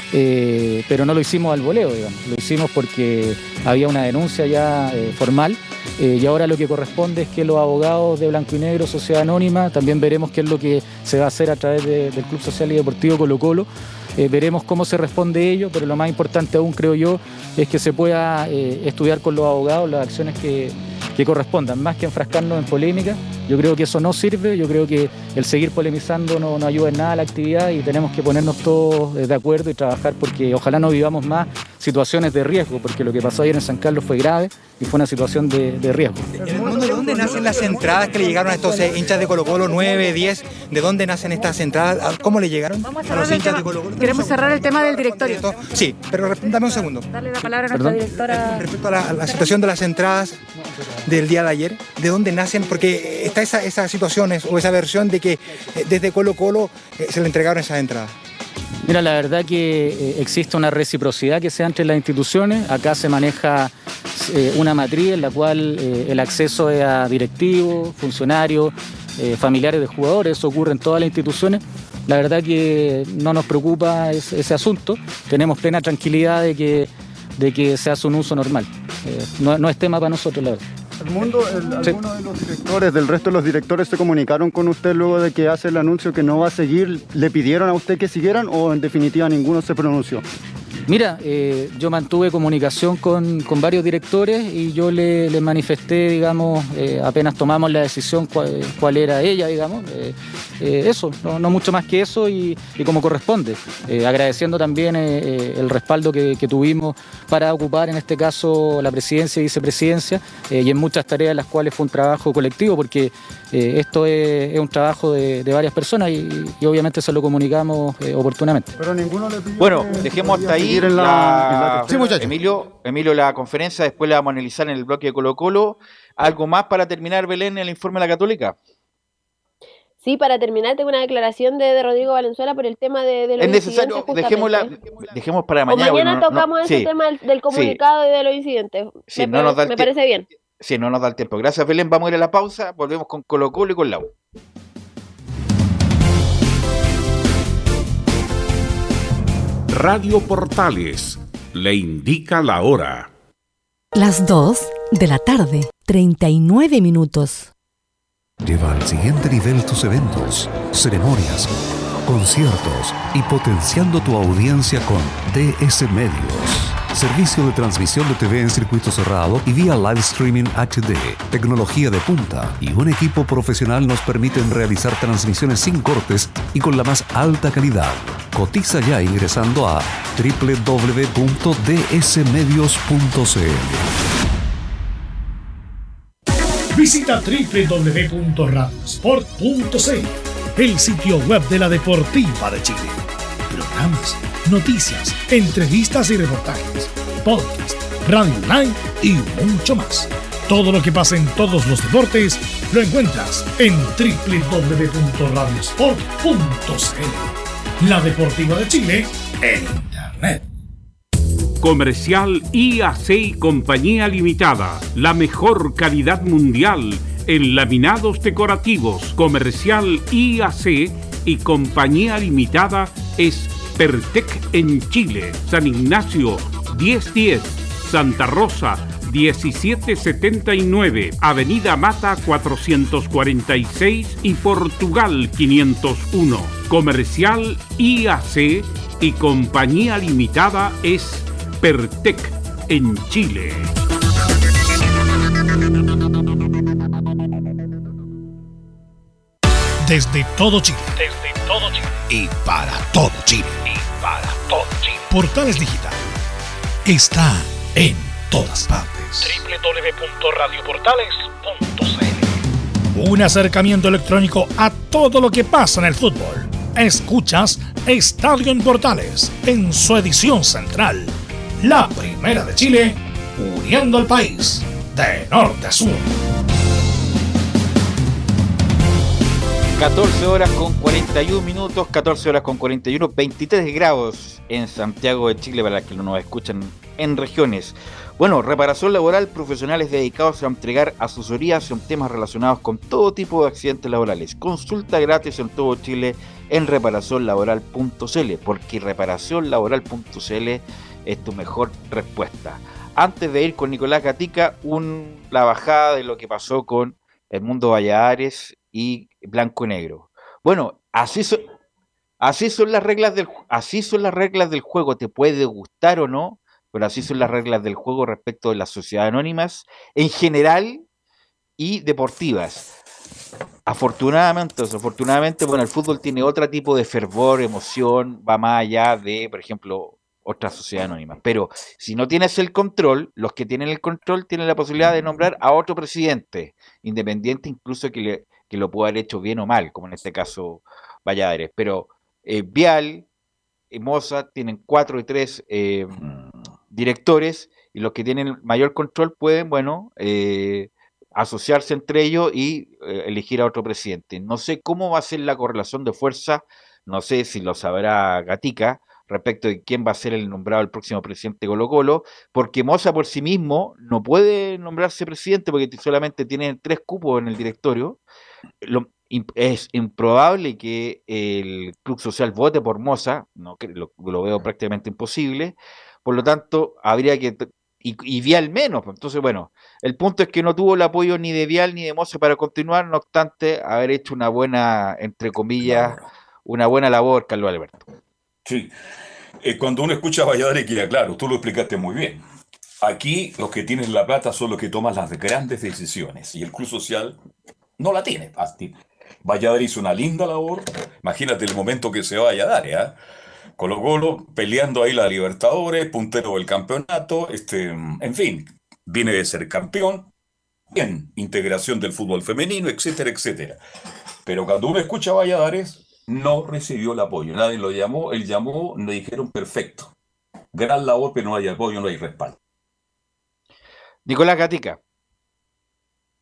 eh, pero no lo hicimos al voleo, digamos. Lo hicimos porque había una denuncia ya eh, formal. Eh, y ahora lo que corresponde es que los abogados de Blanco y Negro, Sociedad Anónima, también veremos qué es lo que se va a hacer a través de, del Club Social y Deportivo Colo-Colo. Eh, veremos cómo se responde ello, pero lo más importante aún, creo yo, es que se pueda eh, estudiar con los abogados las acciones que, que correspondan, más que enfrascarnos en polémica. Yo creo que eso no sirve. Yo creo que el seguir polemizando no, no ayuda en nada a la actividad, y tenemos que ponernos todos de acuerdo y trabajar porque ojalá no vivamos más situaciones de riesgo, porque lo que pasó ayer en San Carlos fue grave y fue una situación de, de riesgo. En el mundo, ¿de dónde nacen las entradas que le llegaron a estos eh, hinchas de Colo-Colo, nueve, diez? ¿De dónde nacen estas entradas? ¿Cómo le llegaron a los hinchas de Colo-Colo? Queremos cerrar el tema del directorio. Sí, pero dame un segundo. Darle la palabra a nuestra ¿Perdón? directora. Respecto a la, a la situación de las entradas del día de ayer, ¿de dónde nacen? Porque está esa, esas situaciones o esa versión de que eh, desde Colo-Colo eh, se le entregaron esas entradas. Mira, la verdad que eh, existe una reciprocidad que se da entre las instituciones. Acá se maneja eh, una matriz en la cual eh, el acceso es a directivos, funcionarios, eh, familiares de jugadores. Eso ocurre en todas las instituciones. La verdad que no nos preocupa ese, ese asunto. Tenemos plena tranquilidad de que, de que se hace un uso normal. Eh, no, no es tema para nosotros, la verdad. El mundo, el, algunos de los directores, del resto de los directores, se comunicaron con usted luego de que hace el anuncio que no va a seguir. ¿Le pidieron a usted que siguieran o en definitiva ninguno se pronunció? Mira, eh, yo mantuve comunicación con, con varios directores y yo le, le manifesté, digamos, eh, apenas tomamos la decisión cuál, cuál era ella, digamos, eh, eh, eso, no, no mucho más que eso y, y como corresponde, eh, agradeciendo también eh, el respaldo que, que tuvimos para ocupar en este caso la presidencia y vicepresidencia eh, y en muchas tareas en las cuales fue un trabajo colectivo, porque eh, esto es, es un trabajo de, de varias personas y, y obviamente se lo comunicamos eh, oportunamente. Pero ninguno le pidió. Bueno, dejemos hasta ahí. En la, la, en la sí, Emilio, Emilio, la conferencia después la vamos a analizar en el bloque de Colo-Colo. ¿Algo más para terminar, Belén, el informe de la Católica? Sí, para terminar, tengo una declaración de, de Rodrigo Valenzuela por el tema de, de los Es necesario, incidentes, dejémosla, justamente. dejemos para O mañana. mañana porque no- no- tocamos ese sí, tema del, del sí, comunicado y de los incidentes. sí, me no nos da el me tie- parece bien. sí, no nos da el tiempo. Gracias, Belén. Vamos a ir a la pausa. Volvemos con Colo Colo y con la U. Radio Portales le indica la hora. Las dos de la tarde, treinta y nueve minutos. Lleva al siguiente nivel tus eventos, ceremonias, conciertos y potenciando tu audiencia con D S Medios. Servicio de transmisión de T V en circuito cerrado y vía live streaming H D. Tecnología de punta y un equipo profesional nos permiten realizar transmisiones sin cortes y con la más alta calidad. Cotiza ya ingresando a doble u doble u doble u punto d s medios punto c l. Visita doble u doble u doble u punto radiosport punto c l, el sitio web de la Deportiva de Chile. Programas, noticias, entrevistas y reportajes, podcast, radio online y mucho más. Todo lo que pasa en todos los deportes lo encuentras en doble u doble u doble u punto radiosport punto c l. La Deportiva de Chile en Internet. Comercial I A C y Compañía Limitada. La mejor calidad mundial en laminados decorativos. Comercial I A C y Compañía Limitada es Pertec en Chile. San Ignacio diez diez. Santa Rosa diecisiete setenta y nueve. Avenida Mata cuatrocientos cuarenta y seis y Portugal quinientos uno. Comercial I A C y Compañía Limitada es Pertec en Chile. Desde todo Chile. Desde todo Chile. Y para todo Chile. Y para todo Chile. Portales Digital está en todas partes. doble u doble u doble u punto radio portales punto c l. Un acercamiento electrónico a todo lo que pasa en el fútbol. Escuchas Estadio en Portales en su edición central. La primera de Chile, uniendo al país de norte a sur. catorce horas con cuarenta y uno minutos, catorce horas con cuarenta y uno, veintitrés grados en Santiago de Chile para los que no nos escuchan en regiones. Bueno, reparación laboral, profesionales dedicados a entregar asesorías en temas relacionados con todo tipo de accidentes laborales. Consulta gratis en todo Chile en reparación laboral punto c l, porque reparación laboral punto c l es tu mejor respuesta. Antes de ir con Nicolás Gatica, un, la bajada de lo que pasó con el Mundo Valladares y Blanco y Negro. Bueno, así son, así son las reglas del, así son las reglas del juego. Te puede gustar o no, pero así son las reglas del juego respecto de las sociedades anónimas en general y deportivas. Afortunadamente, desafortunadamente, bueno, el fútbol tiene otro tipo de fervor, emoción, va más allá de, por ejemplo, otra sociedad anónima. Pero si no tienes el control, los que tienen el control tienen la posibilidad de nombrar a otro presidente, independiente incluso que, le, que lo pueda haber hecho bien o mal, como en este caso Valladares. Pero eh, Vial y Moza tienen cuatro y tres eh, directores, y los que tienen mayor control pueden, bueno, eh, asociarse entre ellos y eh, elegir a otro presidente. No sé cómo va a ser la correlación de fuerza, no sé si lo sabrá Gatica, respecto de quién va a ser el nombrado el próximo presidente de Colo Colo, porque Moza por sí mismo no puede nombrarse presidente porque solamente tiene tres cupos en el directorio. Lo, es improbable que el Club Social vote por Moza, no, lo, lo veo prácticamente imposible, por lo tanto habría que, y, y Vial menos, entonces bueno, el punto es que no tuvo el apoyo ni de Vial ni de Moza para continuar, no obstante haber hecho una buena, entre comillas, una buena labor, Carlos Alberto. Sí, eh, cuando uno escucha a Valladares queda claro, tú lo explicaste muy bien. Aquí los que tienen la plata son los que toman las grandes decisiones y el Club Social no la tiene. Valladares hizo una linda labor, imagínate el momento que se va a Valladares, ¿eh? Colo Colo peleando ahí la Libertadores, puntero del campeonato, este, en fin, viene de ser campeón, bien, integración del fútbol femenino, etcétera, etcétera. Pero cuando uno escucha a Valladares, no recibió el apoyo, nadie lo llamó, él llamó, le dijeron perfecto, gran labor, pero no hay apoyo, no hay respaldo. Nicolás Gatica.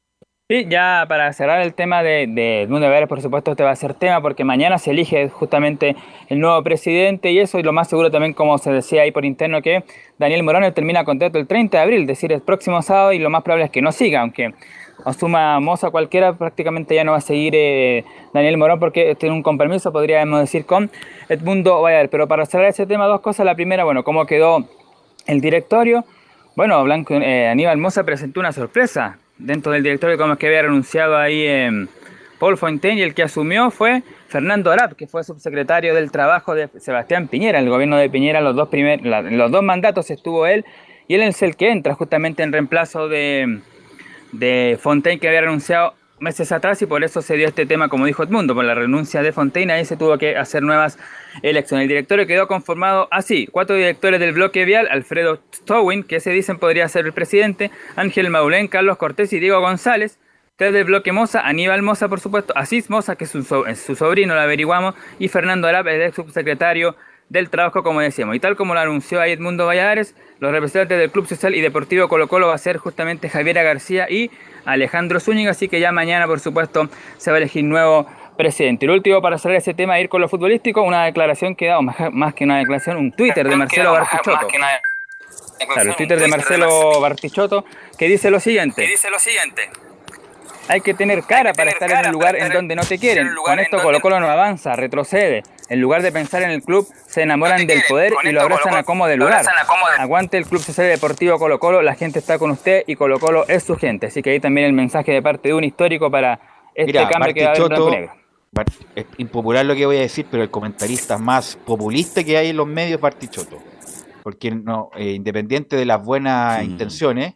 Sí, ya para cerrar el tema de, de Edmundo Valladares, por supuesto este va a ser tema porque mañana se elige justamente el nuevo presidente y eso, y lo más seguro también, como se decía ahí por interno, que Daniel Morón termina contrato el treinta de abril, es decir, el próximo sábado, y lo más probable es que no siga, aunque asuma Moza cualquiera, prácticamente ya no va a seguir eh, Daniel Morón porque tiene un compromiso, podríamos decir, con Edmundo Valladares. Pero para cerrar ese tema, dos cosas. La primera, bueno, cómo quedó el directorio. Bueno, Blanco, eh, Aníbal Moza presentó una sorpresa dentro del directorio, como es que había renunciado ahí eh, Paul Fontaine, y el que asumió fue Fernando Arap, que fue subsecretario del Trabajo de Sebastián Piñera, el gobierno de Piñera, los dos, primer, la, los dos mandatos estuvo él, y él es el que entra justamente en reemplazo de, de Fontaine, que había renunciado meses atrás, y por eso se dio este tema, como dijo Edmundo, por la renuncia de Fontaine, ahí se tuvo que hacer nuevas elecciones. El directorio quedó conformado así: cuatro directores del bloque vial: Alfredo Stowin, que se dicen podría ser el presidente, Ángel Maulén, Carlos Cortés y Diego González. Tres del bloque Moza: Aníbal Moza, por supuesto, Asís Moza, que es su, so es su sobrino, lo averiguamos, y Fernando Arap, el ex subsecretario del Trabajo, como decíamos. Y tal como lo anunció ahí Edmundo Valladares, los representantes del Club Social y Deportivo Colo Colo va a ser justamente Javiera García y Alejandro Zúñiga, así que ya mañana, por supuesto, se va a elegir nuevo presidente. Y lo último, para cerrar ese tema, ir con lo futbolístico, una declaración que da, o más, más que una declaración, un Twitter de Marcelo Bartichotto. Claro, el Twitter de Marcelo Bartichotto, que dice lo siguiente. dice lo siguiente. Hay que tener cara para estar en un lugar en donde no te quieren. Con esto Colo Colo no avanza, retrocede. En lugar de pensar en el club, se enamoran del poder y lo abrazan a como de lugar. Aguante el Club Social y Deportivo Colo Colo, la gente está con usted y Colo Colo es su gente. Así que ahí también el mensaje de parte de un histórico para este Mira, cambio que va a haber en blanco y negro. Es impopular lo que voy a decir, pero el comentarista más populista que hay en los medios es Bartichotto. Porque no, eh, independiente de las buenas sí. intenciones,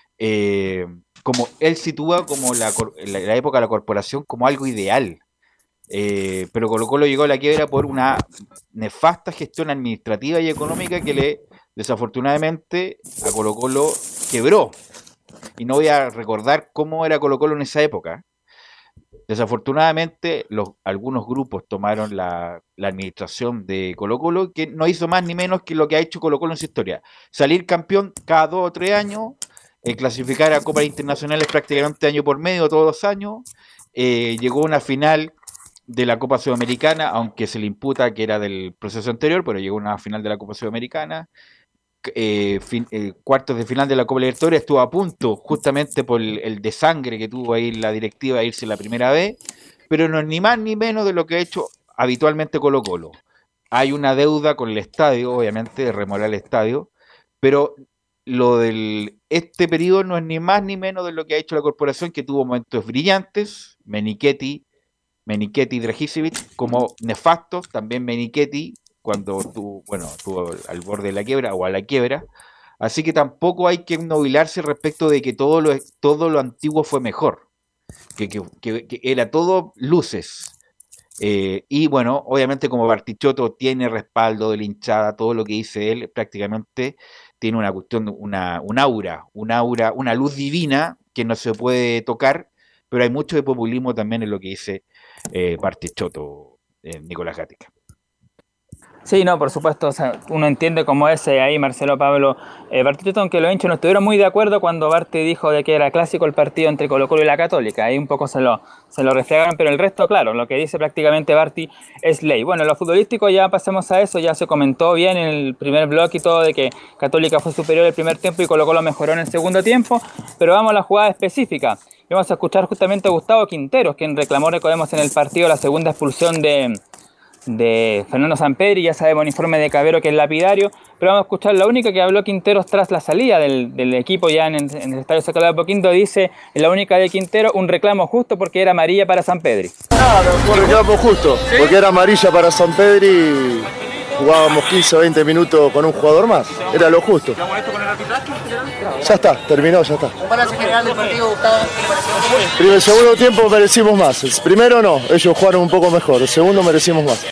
eh, como él sitúa como la, la, la época de la corporación como algo ideal. Eh, pero Colo Colo llegó a la quiebra por una nefasta gestión administrativa y económica que le, desafortunadamente, a Colo Colo quebró. Y no voy a recordar cómo era Colo Colo en esa época. Desafortunadamente, los, algunos grupos tomaron la, la administración de Colo Colo, que no hizo más ni menos que lo que ha hecho Colo Colo en su historia. Salir campeón cada dos o tres años, eh, clasificar a Copas Internacionales prácticamente año por medio, todos los años. Eh, llegó a una final de la Copa Sudamericana, aunque se le imputa que era del proceso anterior, pero llegó a una final de la Copa Sudamericana. Eh, fin, eh, cuartos de final de la Copa Libertadores, estuvo a punto justamente por el, el desangre que tuvo ahí la directiva a irse la primera vez, pero no es ni más ni menos de lo que ha hecho habitualmente Colo Colo. Hay una deuda con el estadio, obviamente, de remodelar el estadio, pero lo del este periodo no es ni más ni menos de lo que ha hecho la corporación, que tuvo momentos brillantes, Menichetti, Menichetti y Dragicevic como nefastos, también Menichetti cuando tuvo, bueno, estuvo al borde de la quiebra o a la quiebra, así que tampoco hay que ennobilarse respecto de que todo lo, todo lo antiguo fue mejor, que, que, que, que era todo luces, eh, y bueno, obviamente como Bartichotto tiene respaldo de la hinchada, todo lo que dice él prácticamente tiene una cuestión, una, un aura, un aura, una luz divina que no se puede tocar, pero hay mucho de populismo también en lo que dice eh, Bartichotto, eh, Nicolás Gatica. Sí, no, por supuesto, o sea, uno entiende cómo es eh, ahí Marcelo Pablo eh, Bartichotto, aunque los hinchas no estuvieron muy de acuerdo cuando Barti dijo de que era clásico el partido entre Colo Colo y la Católica, ahí un poco se lo, se lo refregaron, pero el resto, claro, lo que dice prácticamente Barti es ley. Bueno, en lo futbolístico ya pasemos a eso, ya se comentó bien en el primer bloque y todo de que Católica fue superior el primer tiempo y Colo Colo mejoró en el segundo tiempo, pero vamos a la jugada específica. Vamos a escuchar justamente a Gustavo Quinteros, quien reclamó, recordemos, en el partido la segunda expulsión de... de Fernando Sampedri, ya sabemos el informe de Cabero que es lapidario, pero vamos a escuchar la única que habló Quinteros tras la salida del, del equipo ya en, en el estadio Sacado de Apoquindo. Dice, la única de Quintero, un reclamo justo porque era amarilla para Sampedri. Nada, un reclamo justo, ¿sí? Porque era amarilla para Sampedri y jugábamos quince o veinte minutos con un jugador más, era lo justo. ¿Está molesto con el arbitraje? Ya está, terminó, ya está. ¿Un balance general del partido, Gustavo? Primero, el segundo tiempo merecimos más, el primero no, ellos jugaron un poco mejor, el segundo merecimos más.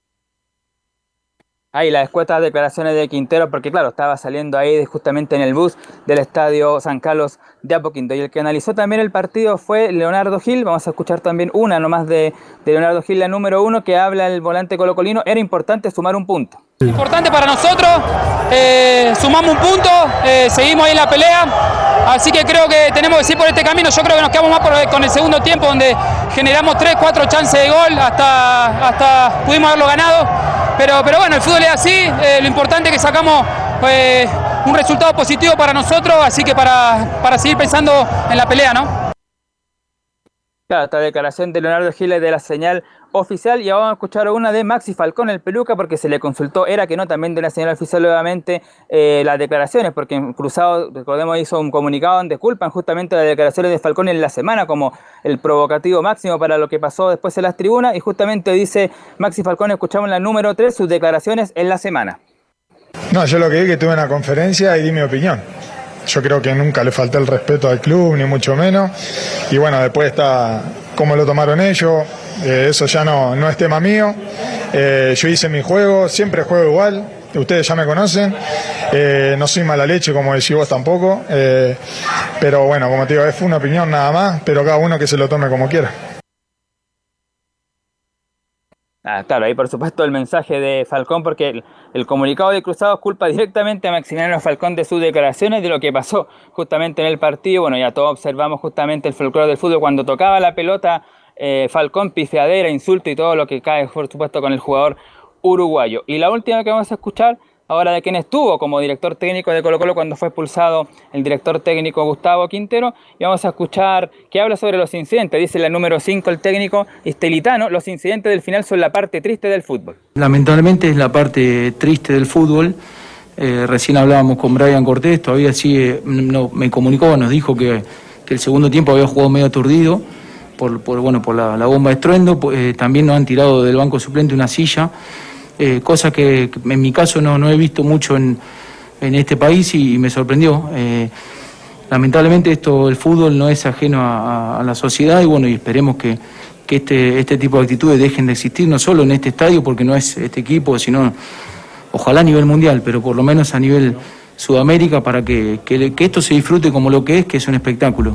Ahí las escuetas declaraciones de Quintero, porque claro, estaba saliendo ahí justamente en el bus del estadio San Carlos de Apoquindo. Y el que analizó también el partido fue Leonardo Gil. Vamos a escuchar también una nomás de, de Leonardo Gil, la número uno, que habla el volante colocolino. Era importante sumar un punto. Importante para nosotros, eh, sumamos un punto, eh, seguimos ahí en la pelea. Así que creo que tenemos que seguir por este camino. Yo creo que nos quedamos más por, con el segundo tiempo, donde generamos tres, cuatro chances de gol, hasta, hasta pudimos haberlo ganado. Pero, pero bueno, el fútbol es así, eh, lo importante es que sacamos eh, un resultado positivo para nosotros, así que para, para seguir pensando en la pelea, ¿no? Claro, esta declaración de Leonardo Giles de la señal oficial, y ahora vamos a escuchar una de Maxi Falcón, el peluca, porque se le consultó, era que no, también de la señal oficial nuevamente eh, las declaraciones, porque en Cruzado, recordemos, hizo un comunicado donde culpan justamente las declaraciones de Falcón en la semana como el provocativo máximo para lo que pasó después en las tribunas, y justamente dice Maxi Falcón, escuchamos la número tres, sus declaraciones en la semana. No, yo lo que vi que tuve una conferencia y di mi opinión. Yo creo que nunca le falté el respeto al club, ni mucho menos. Y bueno, después está cómo lo tomaron ellos, eh, eso ya no, no es tema mío. Eh, yo hice mi juego, siempre juego igual, ustedes ya me conocen. Eh, no soy mala leche, como decís vos tampoco. Eh, pero bueno, como te digo, fue una opinión nada más, pero cada uno que se lo tome como quiera. Ah, claro, ahí por supuesto el mensaje de Falcón, porque el, el comunicado de Cruzados culpa directamente a Maximiliano Falcón de sus declaraciones, de lo que pasó justamente en el partido. Bueno, ya todos observamos justamente el folclore del fútbol cuando tocaba la pelota, eh, Falcón, pifiadera, insulto y todo lo que cae por supuesto con el jugador uruguayo. Y la última que vamos a escuchar ahora de quien estuvo como director técnico de Colo-Colo cuando fue expulsado el director técnico Gustavo Quintero, y vamos a escuchar que habla sobre los incidentes. Dice la número cinco el técnico estelitano: los incidentes del final son la parte triste del fútbol. Lamentablemente es la parte triste del fútbol. Eh, recién hablábamos con Brian Cortés, todavía sigue, no, me comunicó, nos dijo que, que el segundo tiempo había jugado medio aturdido por, por, bueno, por la, la bomba de estruendo. Eh, también nos han tirado del banco suplente una silla. Eh, cosa que, que en mi caso no, no he visto mucho en, en este país y, y me sorprendió. Eh, lamentablemente esto, el fútbol no es ajeno a, a la sociedad y bueno, y esperemos que, que este, este tipo de actitudes dejen de existir, no solo en este estadio, porque no es este equipo, sino ojalá a nivel mundial, pero por lo menos a nivel Sudamérica, para que, que, que esto se disfrute como lo que es, que es un espectáculo.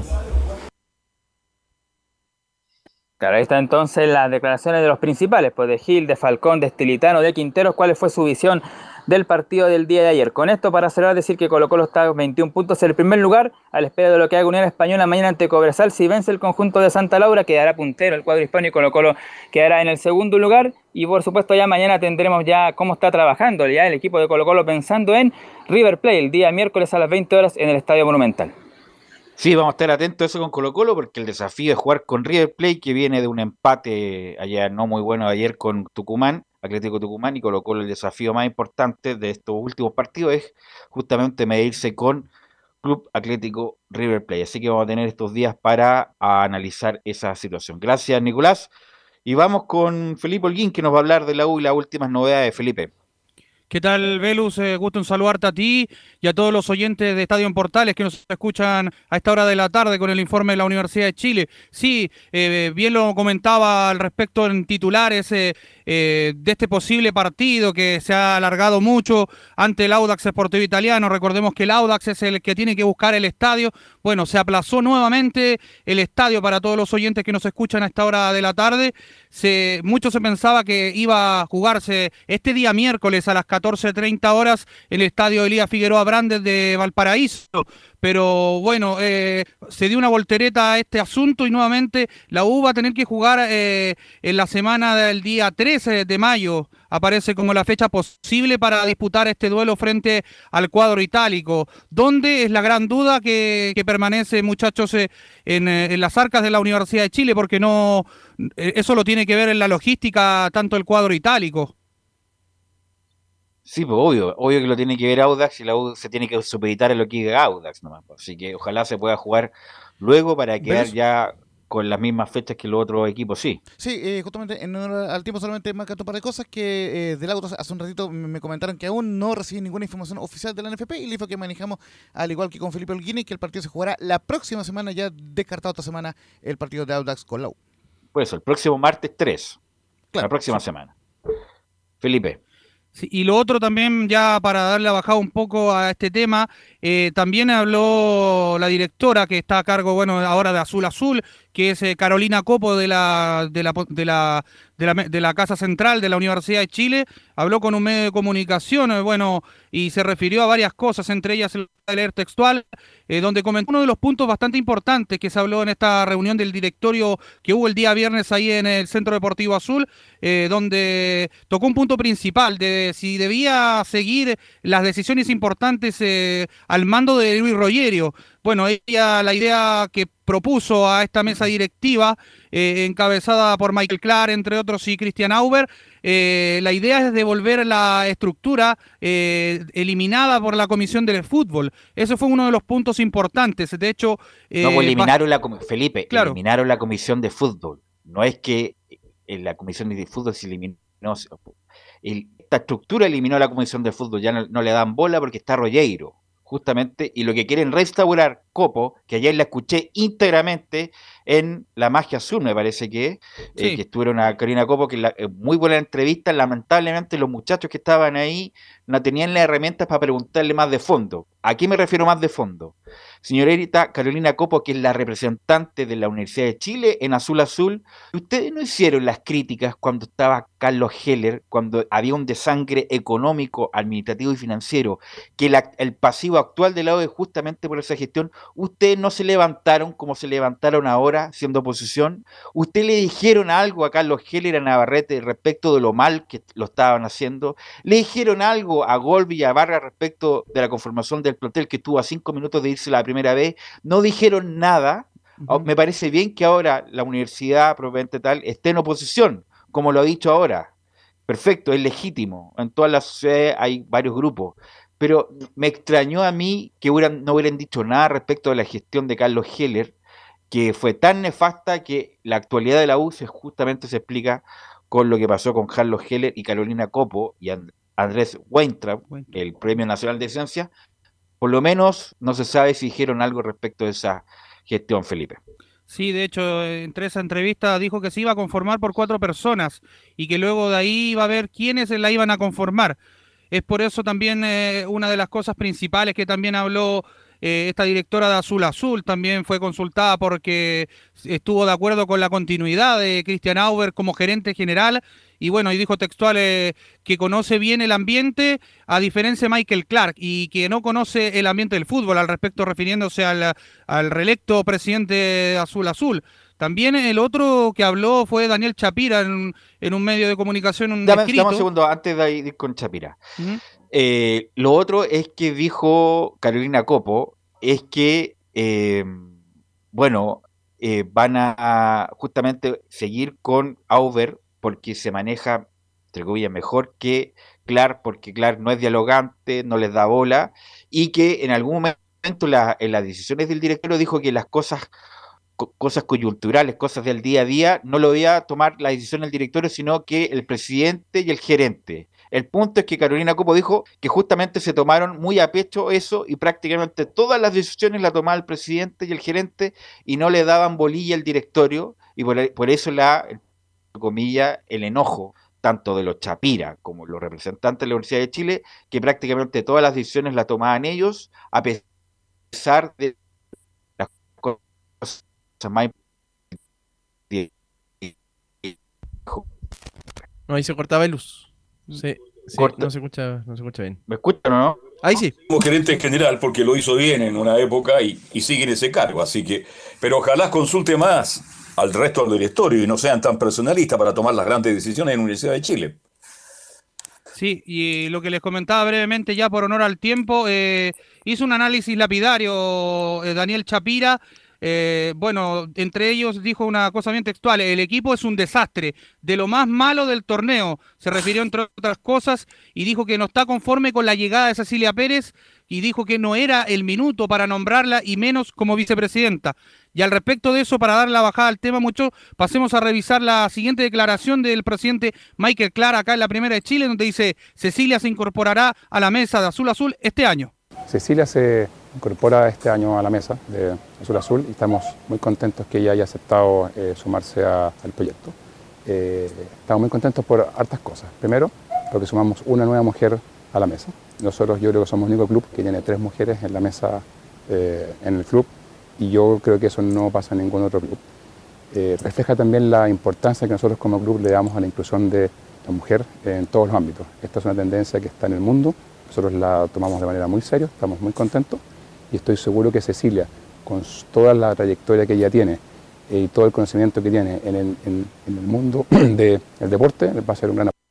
Claro, ahí está entonces las declaraciones de los principales, pues de Gil, de Falcón, de Estilitano, de Quinteros, cuál fue su visión del partido del día de ayer. Con esto, para cerrar, decir que Colo-Colo está a veintiún puntos en el primer lugar, a la espera de lo que haga Unión Española mañana ante Cobresal. Si vence el conjunto de Santa Laura, quedará puntero el cuadro hispano y Colo-Colo quedará en el segundo lugar. Y por supuesto ya mañana tendremos ya cómo está trabajando ya el equipo de Colo-Colo pensando en River Plate el día miércoles a las veinte horas en el Estadio Monumental. Sí, vamos a estar atentos a eso con Colo-Colo, porque el desafío es jugar con River Plate, que viene de un empate allá no muy bueno ayer con Tucumán, Atlético Tucumán, y Colo-Colo el desafío más importante de estos últimos partidos es justamente medirse con Club Atlético River Plate. Así que vamos a tener estos días para analizar esa situación. Gracias, Nicolás. Y vamos con Felipe Holguín, que nos va a hablar de la U y las últimas novedades. Felipe. ¿Qué tal, Velus? Eh, gusto en saludarte a ti y a todos los oyentes de Estadio en Portales que nos escuchan a esta hora de la tarde con el informe de la Universidad de Chile. Sí, eh, bien lo comentaba al respecto en titulares eh, eh, de este posible partido que se ha alargado mucho ante el Audax Sportivo Italiano. Recordemos que el Audax es el que tiene que buscar el estadio. Bueno, se aplazó nuevamente el estadio para todos los oyentes que nos escuchan a esta hora de la tarde. Se, mucho se pensaba que iba a jugarse este día miércoles a las catorce treinta horas en el estadio Elías Figueroa Brandes de Valparaíso, pero bueno, eh, se dio una voltereta a este asunto y nuevamente la U va a tener que jugar eh, en la semana del día trece de mayo, aparece como la fecha posible para disputar este duelo frente al cuadro itálico. ¿Dónde? Es la gran duda que, que permanece, muchachos, eh, en, eh, en las arcas de la Universidad de Chile, porque no, eh, eso lo tiene que ver en la logística tanto el cuadro itálico. Sí, pues obvio, obvio que lo tiene que ver Audax y la U se tiene que supeditar a lo que diga Audax nomás. Así que ojalá se pueda jugar luego para quedar ¿Ves? ya con las mismas fechas que los otros equipos, sí. Sí, eh, justamente en honor al tiempo solamente marca un par de cosas que eh, del auto hace un ratito me comentaron que aún no recibí ninguna información oficial de la N F P y el info que manejamos, al igual que con Felipe Holguín, que el partido se jugará la próxima semana, ya descartado esta semana el partido de Audax con la U. Por eso, el próximo martes tres, claro, la próxima sí. semana. Felipe. Sí, y lo otro también, ya para darle a bajada un poco a este tema, eh, también habló la directora que está a cargo, bueno, ahora de Azul Azul, que es eh, Carolina Copo de la, de la, de la, de la, de la Casa Central de la Universidad de Chile, habló con un medio de comunicación, eh, bueno, y se refirió a varias cosas, entre ellas el de leer textual, eh, donde comentó uno de los puntos bastante importantes que se habló en esta reunión del directorio que hubo el día viernes ahí en el Centro Deportivo Azul, eh, donde tocó un punto principal de si debía seguir las decisiones importantes eh, al mando de Luis Rogerio. Bueno, ella, la idea que propuso a esta mesa directiva, eh, encabezada por Michael Clark, entre otros, y Christian Auber, eh, la idea es devolver la estructura eh, eliminada por la Comisión del Fútbol. Ese fue uno de los puntos importantes. De hecho... Eh, no, pues eliminaron la... Felipe, claro. eliminaron la Comisión de Fútbol. No es que en la Comisión de Fútbol se eliminó... El, esta estructura eliminó la Comisión de Fútbol. Ya no, no le dan bola porque está Rogeiro, justamente, y lo que quieren restaurar Copo, que ayer la escuché íntegramente en La Magia Azul, me parece que, sí. eh, que estuvieron a Carolina Copo, que la, eh, muy buena entrevista. Lamentablemente los muchachos que estaban ahí no tenían las herramientas para preguntarle más de fondo. ¿A qué me refiero más de fondo? Señorita Carolina Copo, que es la representante de la Universidad de Chile en Azul Azul, ¿ustedes no hicieron las críticas cuando estaba Carlos Heller, cuando había un desangre económico, administrativo y financiero, que la, el pasivo actual de la O E justamente por esa gestión? ¿Ustedes no se levantaron como se levantaron ahora siendo oposición? ¿Ustedes le dijeron algo a Carlos Heller y a Navarrete respecto de lo mal que lo estaban haciendo? ¿Le dijeron algo a Golbi y a Vargas respecto de la conformación del plantel que estuvo a cinco minutos de irse la primera vez? No dijeron nada. Uh-huh. Me parece bien que ahora la universidad propiamente tal esté en oposición, como lo ha dicho ahora. Perfecto, es legítimo. En todas las sociedades hay varios grupos. Pero me extrañó a mí que hubieran, no hubieran dicho nada respecto de la gestión de Carlos Heller, que fue tan nefasta que la actualidad de la U se justamente se explica con lo que pasó con Carlos Heller y Carolina Copo y And- Andrés Weintraub, el Premio Nacional de Ciencias. Por lo menos no se sabe si dijeron algo respecto de esa gestión, Felipe. Sí, de hecho, entre esa entrevista dijo que se iba a conformar por cuatro personas y que luego de ahí iba a ver quiénes la iban a conformar. Es por eso también eh, una de las cosas principales que también habló eh, esta directora de Azul Azul, también fue consultada porque estuvo de acuerdo con la continuidad de Christian Auber como gerente general, y bueno, y dijo textual eh, que conoce bien el ambiente, a diferencia de Michael Clark, y que no conoce el ambiente del fútbol, al respecto refiriéndose al, al reelecto presidente de Azul Azul. También el otro que habló fue Daniel Chapira en, en un medio de comunicación, un dame, escrito. Dame un segundo antes de ir con Chapira. Uh-huh. Eh, lo otro es que dijo Carolina Copo, es que, eh, bueno, eh, van a, a justamente seguir con Auber porque se maneja, entre comillas, mejor que Clark, porque Clark no es dialogante, no les da bola, y que en algún momento la, en las decisiones del directorio dijo que las cosas... cosas coyunturales, cosas del día a día, no lo iba a tomar la decisión el directorio, sino que el presidente y el gerente. El punto es que Carolina Copo dijo que justamente se tomaron muy a pecho eso y prácticamente todas las decisiones las tomaba el presidente y el gerente y no le daban bolilla al directorio, y por, por eso la, comilla, el enojo tanto de los Chapira como los representantes de la Universidad de Chile, que prácticamente todas las decisiones las tomaban ellos, a pesar de las cosas más. No, ahí se cortaba el luz. Sí, sí, no se escucha, no se escucha bien. ¿Me escuchan o no? Ahí sí. Como gerente general, porque lo hizo bien en una época y, y sigue en ese cargo, así que, pero ojalá consulte más al resto del directorio y no sean tan personalistas para tomar las grandes decisiones en la Universidad de Chile. Sí, y lo que les comentaba brevemente ya por honor al tiempo, eh, hizo un análisis lapidario eh, Daniel Chapira. Eh, bueno, entre ellos dijo una cosa bien textual: el equipo es un desastre, de lo más malo del torneo, se refirió entre otras cosas, y dijo que no está conforme con la llegada de Cecilia Pérez, y dijo que no era el minuto para nombrarla y menos como vicepresidenta. Y al respecto de eso, para dar la bajada al tema mucho, pasemos a revisar la siguiente declaración del presidente Michael Clark acá en la Primera de Chile, donde dice: Cecilia se incorporará a la mesa de Azul Azul este año. Cecilia se incorpora este año a la mesa de Azul Azul y estamos muy contentos que ella haya aceptado eh, sumarse a, al proyecto. Eh, estamos muy contentos por hartas cosas. Primero, porque sumamos una nueva mujer a la mesa. Nosotros yo creo que somos el único club que tiene tres mujeres en la mesa eh, en el club, y yo creo que eso no pasa en ningún otro club. eh, refleja también la importancia que nosotros como club le damos a la inclusión de la mujer en todos los ámbitos. Esta es una tendencia que está en el mundo, nosotros la tomamos de manera muy seria, estamos muy contentos y estoy seguro que Cecilia, con toda la trayectoria que ella tiene eh, y todo el conocimiento que tiene en el, en, en el mundo del deporte, va a ser un gran apoyo.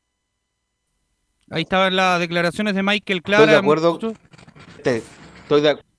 Ahí estaban las declaraciones de Michael Clara. Estoy de acuerdo. Estoy de acuerdo.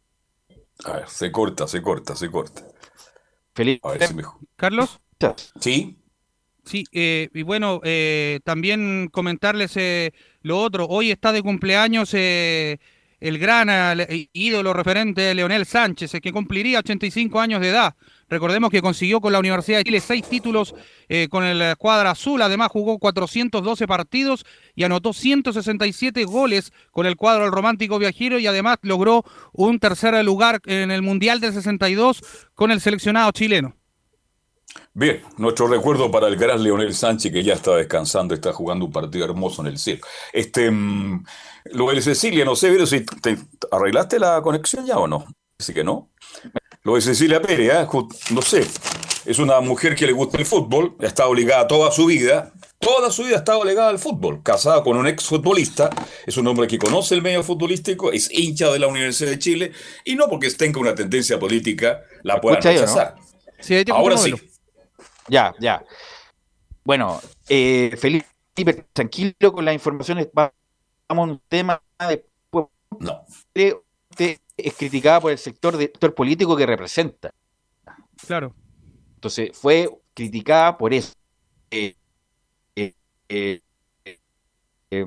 A ver, se corta, se corta, se corta. Felipe. A ver si mejor. ¿Carlos? Sí. Sí, eh, y bueno, eh, también comentarles eh, lo otro. Hoy está de cumpleaños eh, el gran eh, ídolo referente Leonel Sánchez, eh, que cumpliría ochenta y cinco años de edad. Recordemos que consiguió con la Universidad de Chile seis títulos eh, con el escuadra azul. Además jugó cuatrocientos doce partidos y anotó ciento sesenta y siete goles con el cuadro del Romántico Viajero y además logró un tercer lugar en el Mundial del sesenta y dos con el seleccionado chileno. Bien, nuestro recuerdo para el gran Leonel Sánchez, que ya está descansando, está jugando un partido hermoso en el cielo. Este, mmm, lo de Cecilia, no sé, pero si te arreglaste la conexión ya o no. Así que no. Lo de Cecilia Pérez, ¿eh? No sé, es una mujer que le gusta el fútbol, ha estado ligada toda su vida, toda su vida ha estado ligada al fútbol, casada con un ex futbolista, es un hombre que conoce el medio futbolístico, es hincha de la Universidad de Chile, y no porque tenga una tendencia política la pueda rechazar. ¿No? Sí, ahora sí. Ya, ya. Bueno, eh, Felipe, tranquilo con las informaciones, vamos a un tema de... No. de es criticada por el sector, de, sector político que representa. Claro. Entonces, fue criticada por eso. Eh, eh, eh, eh,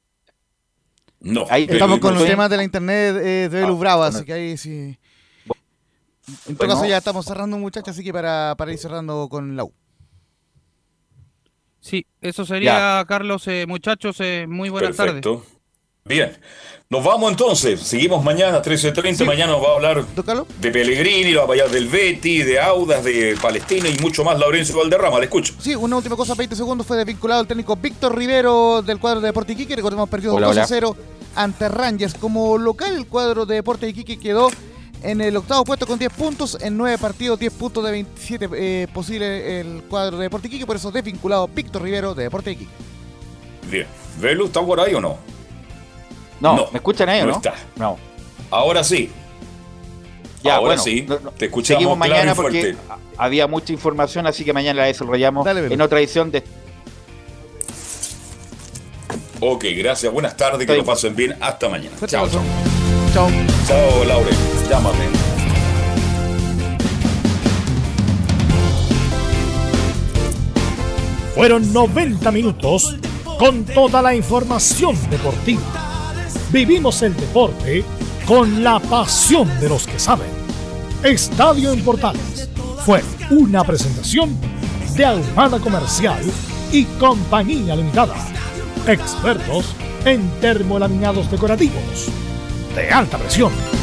no. Ahí estamos con los temas de la internet eh, de Belu ah, Bravo, así que ahí sí. En todo bueno, caso, ya estamos cerrando, muchachos, así que para, para ir cerrando con la U. Sí, eso sería, ya. Carlos, eh, muchachos, eh, muy buenas Perfecto. tardes. Bien, nos vamos entonces, seguimos mañana a trece treinta, sí. Mañana nos va a hablar Tócalo. de Pellegrini, va a hablar del Betis, de Audas, de Palestina y mucho más. Laurencio Valderrama, le escucho. Sí, una última cosa, veinte segundos, fue desvinculado el técnico Víctor Rivero del cuadro de Deportes Iquique, recordemos perdió dos a cero ante Rangers. Como local, el cuadro de Deportes Iquique quedó en el octavo puesto con diez puntos, en nueve partidos, diez puntos de veintisiete eh, posible el cuadro de Deportes Iquique, por eso desvinculado Víctor Rivero de Deportes Iquique. Bien, ¿Velu está por ahí o no? No, no, ¿me escuchan ahí o no? No está. No. Ahora sí. Ya, Ahora bueno, sí. No, no, te escuchamos seguimos mañana claro y porque había mucha información, así que mañana la desarrollamos Dale, en otra edición de... Ok, gracias. Buenas tardes, Estoy... que lo pasen bien. Hasta mañana. Chao, chao. Chao. Chao, Laure. Llámame. Fueron noventa minutos con toda la información deportiva. Vivimos el deporte con la pasión de los que saben. Estadio en Portales fue una presentación de Ahumada Comercial y Compañía Limitada. Expertos en termolaminados decorativos de alta presión.